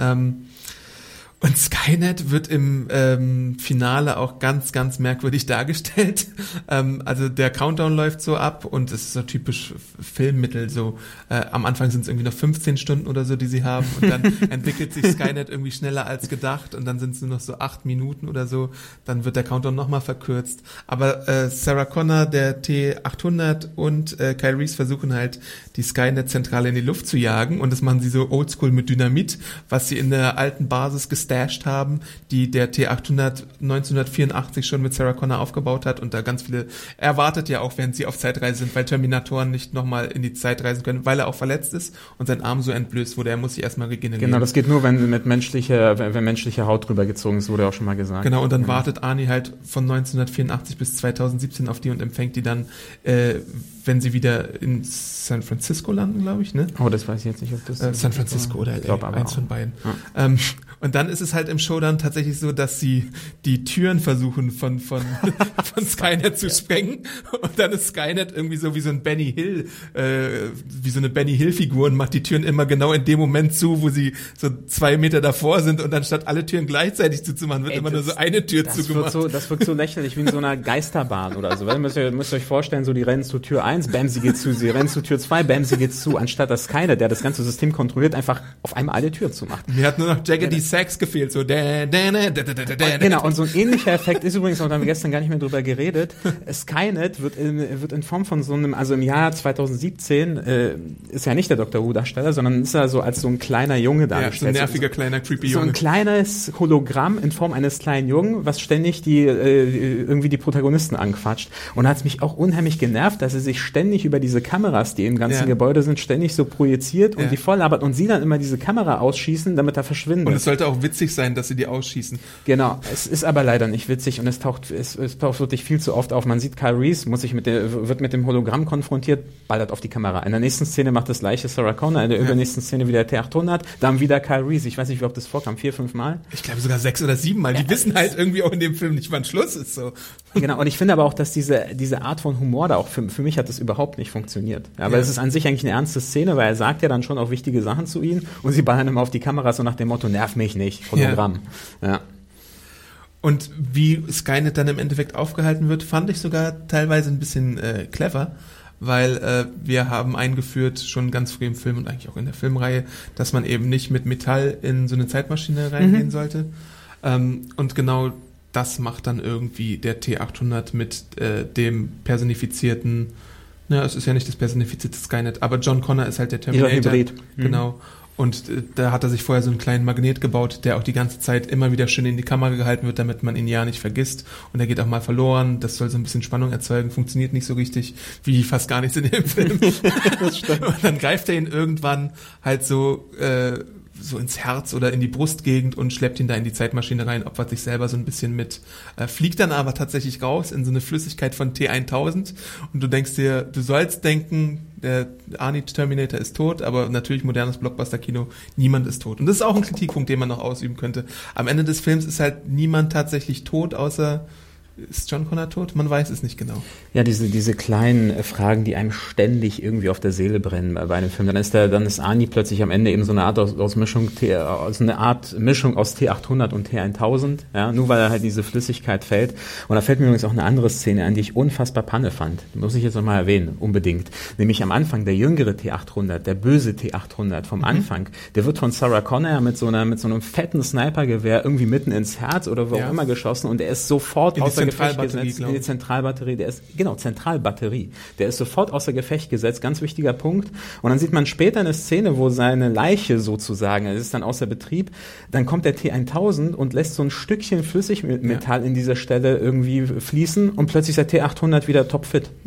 B: Und Skynet wird im Finale auch ganz, ganz merkwürdig dargestellt. Also der Countdown läuft so ab und es ist so typisch Filmmittel. So am Anfang sind es irgendwie noch 15 Stunden oder so, die sie haben. Und dann entwickelt sich Skynet irgendwie schneller als gedacht. Und dann sind es nur noch so 8 Minuten oder so. Dann wird der Countdown nochmal verkürzt. Aber Sarah Connor, der T-800 und Kyle Reese versuchen halt, die Skynet-Zentrale in die Luft zu jagen. Und das machen sie so oldschool mit Dynamit, was sie in der alten Basis gestasht haben, die der T-800 1984 schon mit Sarah Connor aufgebaut hat und da ganz viele erwartet ja auch, während sie auf Zeitreise sind, weil Terminatoren nicht nochmal in die Zeit reisen können, weil er auch verletzt ist und sein Arm so entblößt wurde, er muss sich erstmal regenerieren.
C: Genau, das geht nur, wenn menschliche Haut drüber gezogen ist, wurde auch schon mal gesagt.
B: Genau, und dann wartet Arnie halt von 1984 bis 2017 auf die und empfängt die dann, wenn sie wieder in San Francisco landen, glaube ich, ne?
C: Oh, das weiß ich jetzt nicht, ob das
B: San Francisco oder LA, eins von beiden.
C: Ja.
B: Und dann ist es halt im Show dann tatsächlich so, dass sie die Türen versuchen von Skynet zu sprengen. Und dann ist Skynet irgendwie so wie so ein Benny Hill, wie so eine Benny Hill-Figur und macht die Türen immer genau in dem Moment zu, wo sie so 2 Meter davor sind und dann statt alle Türen gleichzeitig zuzumachen, wird immer nur so eine Tür zugemacht.
C: Das wirkt so lächerlich wie in so einer Geisterbahn oder so. Weil ihr müsst euch vorstellen, so die rennen zu Tür 1, bam, sie geht zu, sie rennen zu Tür 2, bam, sie geht zu, anstatt dass Skynet, der das ganze System kontrolliert, einfach auf einmal alle Türen zumacht.
B: Mir hat nur noch Jaggedy Sax gefehlt, so
C: Genau, und so ein ähnlicher Effekt ist übrigens, auch da haben wir gestern gar nicht mehr drüber geredet, Skynet wird in Form von so einem, also im Jahr 2017 ist ja nicht der Dr. Who-Darsteller, sondern ist er so als so ein kleiner Junge dargestellt.
B: Ja, so ein nerviger, kleiner, creepy Junge.
C: So ein kleines Hologramm in Form eines kleinen Jungen, was ständig irgendwie die Protagonisten anquatscht. Und da hat es mich auch unheimlich genervt, dass er sich ständig über diese Kameras, die im ganzen Gebäude sind, ständig so projiziert und die voll labert und sie dann immer diese Kamera ausschießen, damit er verschwindet.
B: Und es sollte auch witzig sein, dass sie die ausschießen.
C: Genau, es ist aber leider nicht witzig und es taucht wirklich viel zu oft auf. Man sieht Kyle Reese, wird mit dem Hologramm konfrontiert, ballert auf die Kamera. In der nächsten Szene macht das gleiche Sarah Connor, in der übernächsten Szene wieder der T-800, dann wieder Kyle Reese. Ich weiß nicht, wie oft das vorkam, 4, 5 Mal?
B: Ich glaube sogar 6 oder 7 Mal. Die wissen halt irgendwie auch in dem Film nicht, wann Schluss ist. So.
C: Genau, und ich finde aber auch, dass diese Art von Humor da auch, für mich hat das überhaupt nicht funktioniert. Ja, aber es ist an sich eigentlich eine ernste Szene, weil er sagt ja dann schon auch wichtige Sachen zu ihnen und sie ballern immer auf die Kamera so nach dem Motto, nerv mich nicht, Hologramm. Ja.
B: Und wie Skynet dann im Endeffekt aufgehalten wird, fand ich sogar teilweise ein bisschen clever, weil wir haben eingeführt, schon ganz früh im Film und eigentlich auch in der Filmreihe, dass man eben nicht mit Metall in so eine Zeitmaschine reingehen sollte. Und genau das macht dann irgendwie der T-800 mit dem personifizierten, es ist ja nicht das personifizierte Skynet, aber John Connor ist halt der Terminator.
C: Hybrid.
B: Genau. Und da hat er sich vorher so einen kleinen Magnet gebaut, der auch die ganze Zeit immer wieder schön in die Kamera gehalten wird, damit man ihn ja nicht vergisst. Und er geht auch mal verloren. Das soll so ein bisschen Spannung erzeugen. Funktioniert nicht so richtig, wie fast gar nichts in dem Film. Das stimmt. Und dann greift er ihn irgendwann halt so ins Herz oder in die Brustgegend und schleppt ihn da in die Zeitmaschine rein, opfert sich selber so ein bisschen mit, fliegt dann aber tatsächlich raus in so eine Flüssigkeit von T-1000 und du denkst dir, du sollst denken, der Arnie Terminator ist tot, aber natürlich modernes Blockbuster-Kino, niemand ist tot. Und das ist auch ein Kritikpunkt, den man noch ausüben könnte. Am Ende des Films ist halt niemand tatsächlich tot, außer ist John Connor tot? Man weiß es nicht genau.
C: Ja, diese kleinen Fragen, die einem ständig irgendwie auf der Seele brennen bei einem Film. Dann ist Arnie plötzlich am Ende eben so eine Art Mischung aus T-800 und T-1000, ja, nur weil er halt diese Flüssigkeit fällt. Und da fällt mir übrigens auch eine andere Szene ein, die ich unfassbar Panne fand. Die muss ich jetzt nochmal erwähnen, unbedingt. Nämlich am Anfang, der jüngere T-800, der böse T-800 vom Anfang, der wird von Sarah Connor mit so einem fetten Snipergewehr irgendwie mitten ins Herz oder wo auch immer geschossen und er ist sofort außer Gefecht gesetzt, in die Zentralbatterie, Zentralbatterie. Der ist sofort außer Gefecht gesetzt, ganz wichtiger Punkt. Und dann sieht man später eine Szene, wo seine Leiche sozusagen, es ist dann außer Betrieb, dann kommt der T-1000 und lässt so ein Stückchen Flüssigmetall in dieser Stelle irgendwie fließen und plötzlich ist der T-800 wieder topfit.
B: Ja.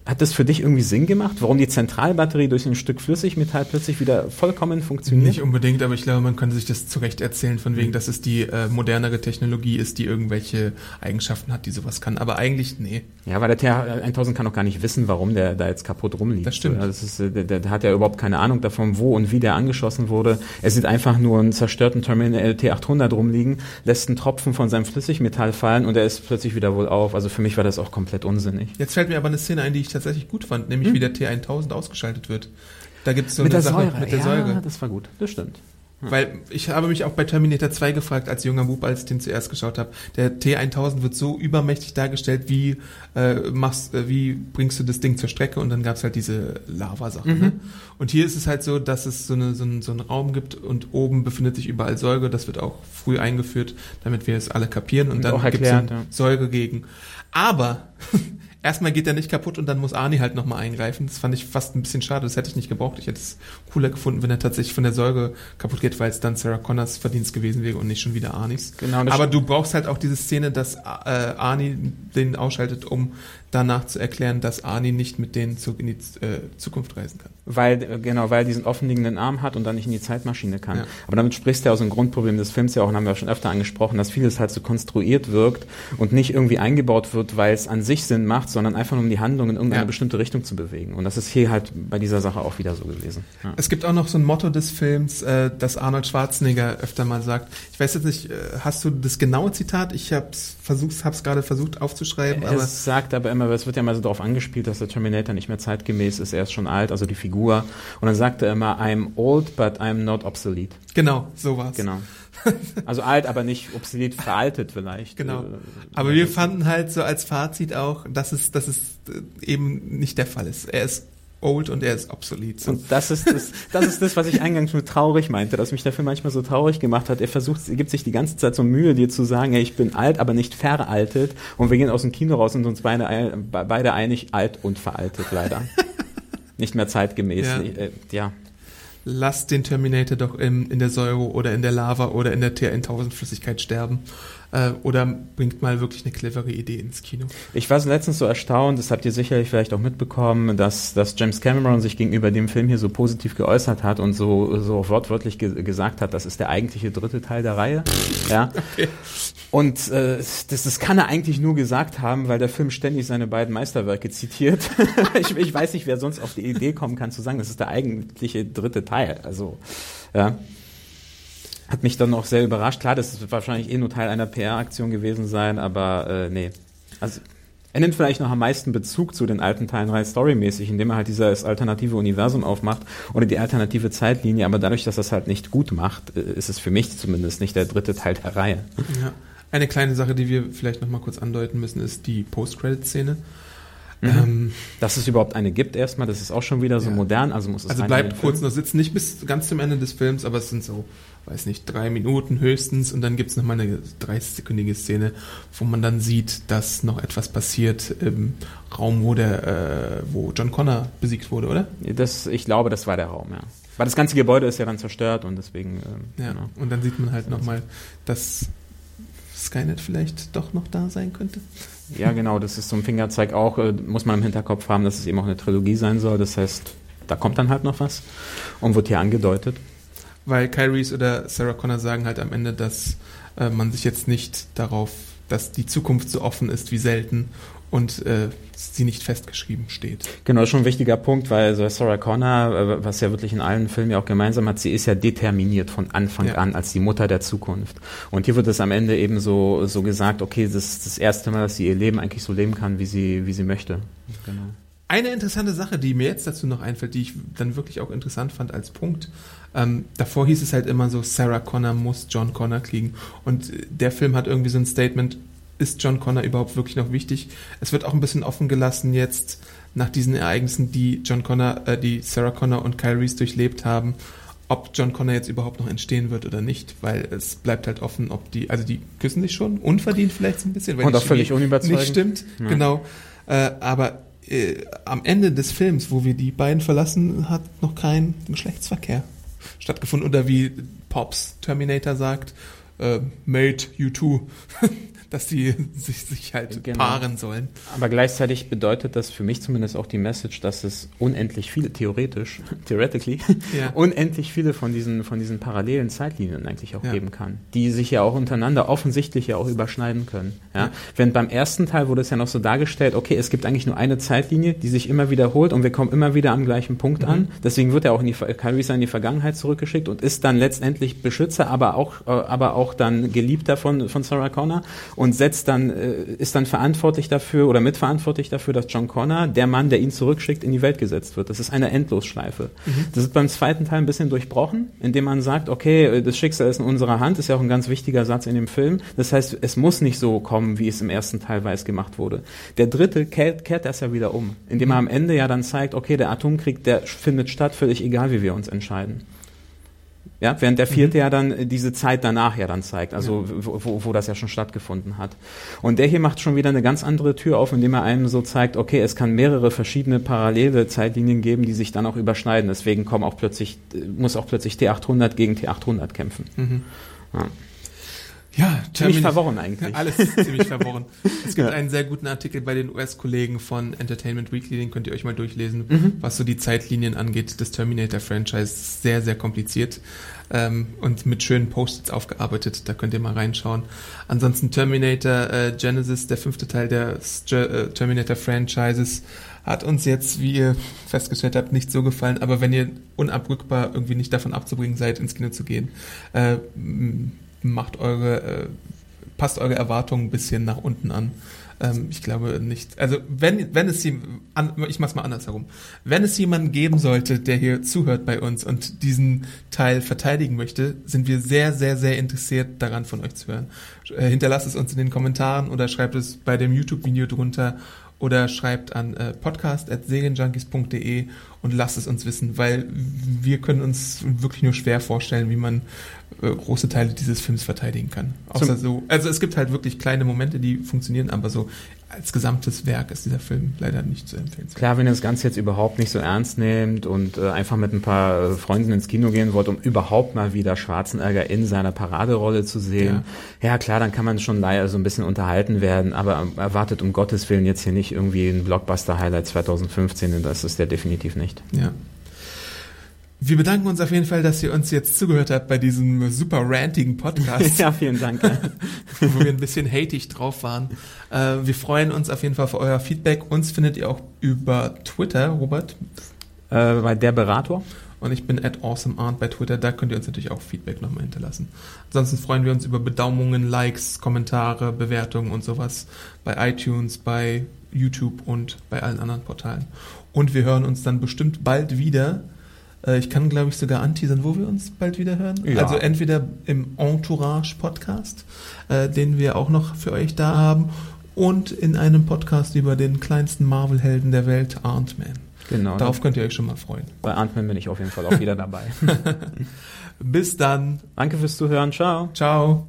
C: Hat das für dich irgendwie Sinn gemacht, warum die Zentralbatterie durch ein Stück Flüssigmetall plötzlich wieder vollkommen funktioniert?
B: Nicht unbedingt, aber ich glaube, man könnte sich das zurecht erzählen, von wegen, dass es die modernere Technologie ist, die irgendwelche Eigenschaften hat, die sowas kann. Aber eigentlich, nee.
C: Ja, weil der T-1000 kann auch gar nicht wissen, warum der da jetzt kaputt rumliegt.
B: Das stimmt.
C: Das ist, der hat ja überhaupt keine Ahnung davon, wo und wie der angeschossen wurde. Er sieht einfach nur einen zerstörten Terminal T800 rumliegen, lässt einen Tropfen von seinem Flüssigmetall fallen und er ist plötzlich wieder wohl auf. Also für mich war das auch komplett unsinnig.
B: Jetzt fällt mir aber eine Szene ein, die ich tatsächlich gut fand, nämlich wie der T1000 ausgeschaltet wird. Da gibt es so
C: mit
B: eine
C: der
B: Sache
C: Säure.
B: mit der Säure.
C: Ja, das war gut. Das stimmt.
B: Weil ich habe mich auch bei Terminator 2 gefragt, als junger Bub, als ich den zuerst geschaut habe, der T1000 wird so übermächtig dargestellt, wie bringst du das Ding zur Strecke, und dann gab es halt diese Lava-Sache. Ne? Und hier ist es halt so, dass es so einen Raum gibt und oben befindet sich überall Säure, das wird auch früh eingeführt, damit wir es alle kapieren, und dann gibt es Säure gegen. Aber erstmal geht er nicht kaputt und dann muss Arnie halt nochmal eingreifen. Das fand ich fast ein bisschen schade, das hätte ich nicht gebraucht. Ich hätte es cooler gefunden, wenn er tatsächlich von der Säure kaputt geht, weil es dann Sarah Connors Verdienst gewesen wäre und nicht schon wieder Arnies.
C: Genau,
B: aber du brauchst halt auch diese Szene, dass Arnie den ausschaltet, um danach zu erklären, dass Arnie nicht mit denen in die Zukunft reisen kann.
C: Weil diesen offenliegenden Arm hat und dann nicht in die Zeitmaschine kann. Ja. Aber damit sprichst du ja aus dem Grundproblem des Films ja auch, und haben wir schon öfter angesprochen, dass vieles halt so konstruiert wirkt und nicht irgendwie eingebaut wird, weil es an sich Sinn macht, sondern einfach nur um die Handlung in irgendeine bestimmte Richtung zu bewegen. Und das ist hier halt bei dieser Sache auch wieder so gewesen. Ja.
B: Es gibt auch noch so ein Motto des Films, das Arnold Schwarzenegger öfter mal sagt. Ich weiß jetzt nicht, hast du das genaue Zitat? Ich hab's gerade versucht aufzuschreiben.
C: Es sagt aber immer, es wird ja mal so darauf angespielt, dass der Terminator nicht mehr zeitgemäß ist, er ist schon alt, also die Figur. Und dann sagt er immer, I'm old, but I'm not obsolete.
B: Genau, so war's.
C: Genau. Also alt, aber nicht obsolet, veraltet vielleicht.
B: Genau. Aber wir fanden halt so als Fazit auch, dass es eben nicht der Fall ist. Er ist old und er ist obsolet. So.
C: Und das ist das, was ich eingangs nur traurig meinte, dass mich der Film manchmal so traurig gemacht hat. Er gibt sich die ganze Zeit so Mühe, dir zu sagen, hey, ich bin alt, aber nicht veraltet. Und wir gehen aus dem Kino raus und uns beide einig, alt und veraltet, leider. Nicht mehr zeitgemäß. Ja.
B: Lass den Terminator doch in der Säure oder in der Lava oder in der T1000 Flüssigkeit sterben. Oder bringt mal wirklich eine clevere Idee ins Kino.
C: Ich war letztens so erstaunt, das habt ihr sicherlich vielleicht auch mitbekommen, dass James Cameron sich gegenüber dem Film hier so positiv geäußert hat und so wortwörtlich gesagt hat, das ist der eigentliche dritte Teil der Reihe. Ja. Okay. Und das kann er eigentlich nur gesagt haben, weil der Film ständig seine beiden Meisterwerke zitiert. Ich weiß nicht, wer sonst auf die Idee kommen kann zu sagen, das ist der eigentliche dritte Teil. Also, ja. Hat mich dann auch sehr überrascht. Klar, das wird wahrscheinlich nur Teil einer PR-Aktion gewesen sein, aber nee. Also er nimmt vielleicht noch am meisten Bezug zu den alten Teilen rein storymäßig, indem er halt dieses alternative Universum aufmacht oder die alternative Zeitlinie, aber dadurch, dass er es halt nicht gut macht, ist es für mich zumindest nicht der dritte Teil der Reihe.
B: Ja. Eine kleine Sache, die wir vielleicht noch mal kurz andeuten müssen, ist die Post-Credit-Szene.
C: Dass es überhaupt eine gibt erstmal, das ist auch schon wieder so modern, also muss es
B: also bleibt kurz noch sitzen, nicht bis ganz zum Ende des Films, aber es sind so, weiß nicht, 3 Minuten höchstens, und dann gibt's noch mal eine 30-sekündige Szene, wo man dann sieht, dass noch etwas passiert im Raum, wo John Connor besiegt wurde, oder?
C: Ich glaube, das war der Raum, ja. Weil das ganze Gebäude ist ja dann zerstört und deswegen...
B: Genau. Und dann sieht man halt noch mal, dass Skynet vielleicht doch noch da sein könnte.
C: Ja, genau, das ist so ein Fingerzeig auch, muss man im Hinterkopf haben, dass es eben auch eine Trilogie sein soll. Das heißt, da kommt dann halt noch was und wird hier angedeutet.
B: Weil Kyle Reese oder Sarah Connor sagen halt am Ende, dass man sich jetzt nicht dass die Zukunft so offen ist wie selten und sie nicht festgeschrieben steht.
C: Genau, das ist schon ein wichtiger Punkt, weil so Sarah Connor, was ja wirklich in allen Filmen ja auch gemeinsam hat, sie ist ja determiniert von Anfang an als die Mutter der Zukunft. Und hier wird es am Ende eben so gesagt, okay, das ist das erste Mal, dass sie ihr Leben eigentlich so leben kann, wie sie möchte. Genau.
B: Eine interessante Sache, die mir jetzt dazu noch einfällt, die ich dann wirklich auch interessant fand als Punkt, davor hieß es halt immer so, Sarah Connor muss John Connor kriegen. Und der Film hat irgendwie so ein Statement, ist John Connor überhaupt wirklich noch wichtig? Es wird auch ein bisschen offen gelassen jetzt nach diesen Ereignissen, die Sarah Connor und Kyle Reese durchlebt haben, ob John Connor jetzt überhaupt noch entstehen wird oder nicht, weil es bleibt halt offen, ob die küssen sich schon, unverdient vielleicht so ein bisschen, weil
C: und auch völlig unüberzeugend.
B: Nicht stimmt, ja. Genau. Aber am Ende des Films, wo wir die beiden verlassen, hat noch kein Geschlechtsverkehr stattgefunden, oder wie Pops Terminator sagt, Mate, you too. dass die sich halt paaren sollen.
C: Aber gleichzeitig bedeutet das für mich zumindest auch die Message, dass es unendlich viele, theoretically, unendlich viele von diesen parallelen Zeitlinien eigentlich auch geben kann, die sich ja auch untereinander offensichtlich ja auch überschneiden können. Ja? Während beim ersten Teil wurde es ja noch so dargestellt, okay, es gibt eigentlich nur eine Zeitlinie, die sich immer wiederholt und wir kommen immer wieder am gleichen Punkt an. Deswegen wird er auch Kyle Reese in die Vergangenheit zurückgeschickt und ist dann letztendlich Beschützer, aber auch dann Geliebter von Sarah Connor und ist dann verantwortlich dafür oder mitverantwortlich dafür, dass John Connor, der Mann, der ihn zurückschickt, in die Welt gesetzt wird. Das ist eine Endlosschleife. Das ist beim zweiten Teil ein bisschen durchbrochen, indem man sagt, okay, das Schicksal ist in unserer Hand, ist ja auch ein ganz wichtiger Satz in dem Film. Das heißt, es muss nicht so kommen, wie es im ersten Teil weiß gemacht wurde. Der dritte kehrt das ja wieder um, indem er am Ende ja dann zeigt, okay, der Atomkrieg, der findet statt, völlig egal, wie wir uns entscheiden. Ja, während der vierte ja dann diese Zeit danach ja dann zeigt, also wo das ja schon stattgefunden hat. Und der hier macht schon wieder eine ganz andere Tür auf, indem er einem so zeigt, okay, es kann mehrere verschiedene parallele Zeitlinien geben, die sich dann auch überschneiden. Deswegen muss auch plötzlich T800 gegen T800 kämpfen.
B: Ja,
C: ziemlich verworren eigentlich.
B: Alles ziemlich verworren. Es gibt einen sehr guten Artikel bei den US-Kollegen von Entertainment Weekly, den könnt ihr euch mal durchlesen, was so die Zeitlinien angeht des Terminator-Franchise. Sehr, sehr kompliziert und mit schönen Post-its aufgearbeitet. Da könnt ihr mal reinschauen. Ansonsten Terminator Genesis, der 5. Teil des Terminator-Franchises, hat uns jetzt, wie ihr festgestellt habt, nicht so gefallen. Aber wenn ihr unabrückbar irgendwie nicht davon abzubringen seid, ins Kino zu gehen, passt eure Erwartungen ein bisschen nach unten an. Ich glaube nicht. Also ich mach's mal andersherum. Wenn es jemanden geben sollte, der hier zuhört bei uns und diesen Teil verteidigen möchte, sind wir sehr, sehr, sehr interessiert daran, von euch zu hören. Hinterlasst es uns in den Kommentaren oder schreibt es bei dem YouTube-Video drunter oder schreibt an podcast@serienjunkies.de und lasst es uns wissen, weil wir können uns wirklich nur schwer vorstellen, wie man große Teile dieses Films verteidigen kann. Also es gibt halt wirklich kleine Momente, die funktionieren, aber so als gesamtes Werk ist dieser Film leider nicht zu empfehlen.
C: Klar, wenn ihr das Ganze jetzt überhaupt nicht so ernst nehmt und einfach mit ein paar Freunden ins Kino gehen wollt, um überhaupt mal wieder Schwarzenegger in seiner Paraderolle zu sehen, ja klar, dann kann man schon leider so ein bisschen unterhalten werden, aber erwartet um Gottes Willen jetzt hier nicht irgendwie ein Blockbuster-Highlight 2015, denn das ist der definitiv nicht.
B: Ja. Wir bedanken uns auf jeden Fall, dass ihr uns jetzt zugehört habt bei diesem super rantigen Podcast.
C: Ja, vielen Dank.
B: Wo wir ein bisschen hatig drauf waren. Wir freuen uns auf jeden Fall für euer Feedback. Uns findet ihr auch über Twitter, Robert.
C: Bei der Berater.
B: Und ich bin @awesomearnt bei Twitter. Da könnt ihr uns natürlich auch Feedback nochmal hinterlassen. Ansonsten freuen wir uns über Bedaumungen, Likes, Kommentare, Bewertungen und sowas bei iTunes, bei YouTube und bei allen anderen Portalen. Und wir hören uns dann bestimmt bald wieder. Ich kann, glaube ich, sogar anteasern, wo wir uns bald wieder hören. Ja. Also entweder im Entourage-Podcast, den wir auch noch für euch da haben, und in einem Podcast über den kleinsten Marvel-Helden der Welt, Ant-Man.
C: Genau.
B: Darauf könnt ihr euch schon mal freuen.
C: Bei Ant-Man bin ich auf jeden Fall auch wieder dabei.
B: Bis dann.
C: Danke fürs Zuhören. Ciao.
B: Ciao.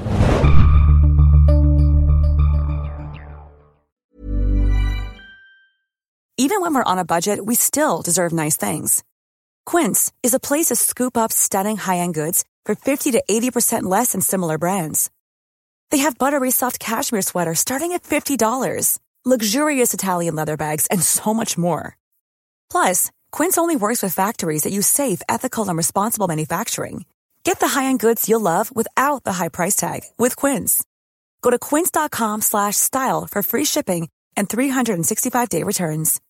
E: Even when we're on a budget, we still deserve nice things. Quince is a place to scoop up stunning high-end goods for 50 to 80% less than similar brands. They have buttery soft cashmere sweaters starting at $50, luxurious Italian leather bags, and so much more. Plus, Quince only works with factories that use safe, ethical, and responsible manufacturing. Get the high-end goods you'll love without the high price tag with Quince. Go to quince.com/style for free shipping and 365-day returns.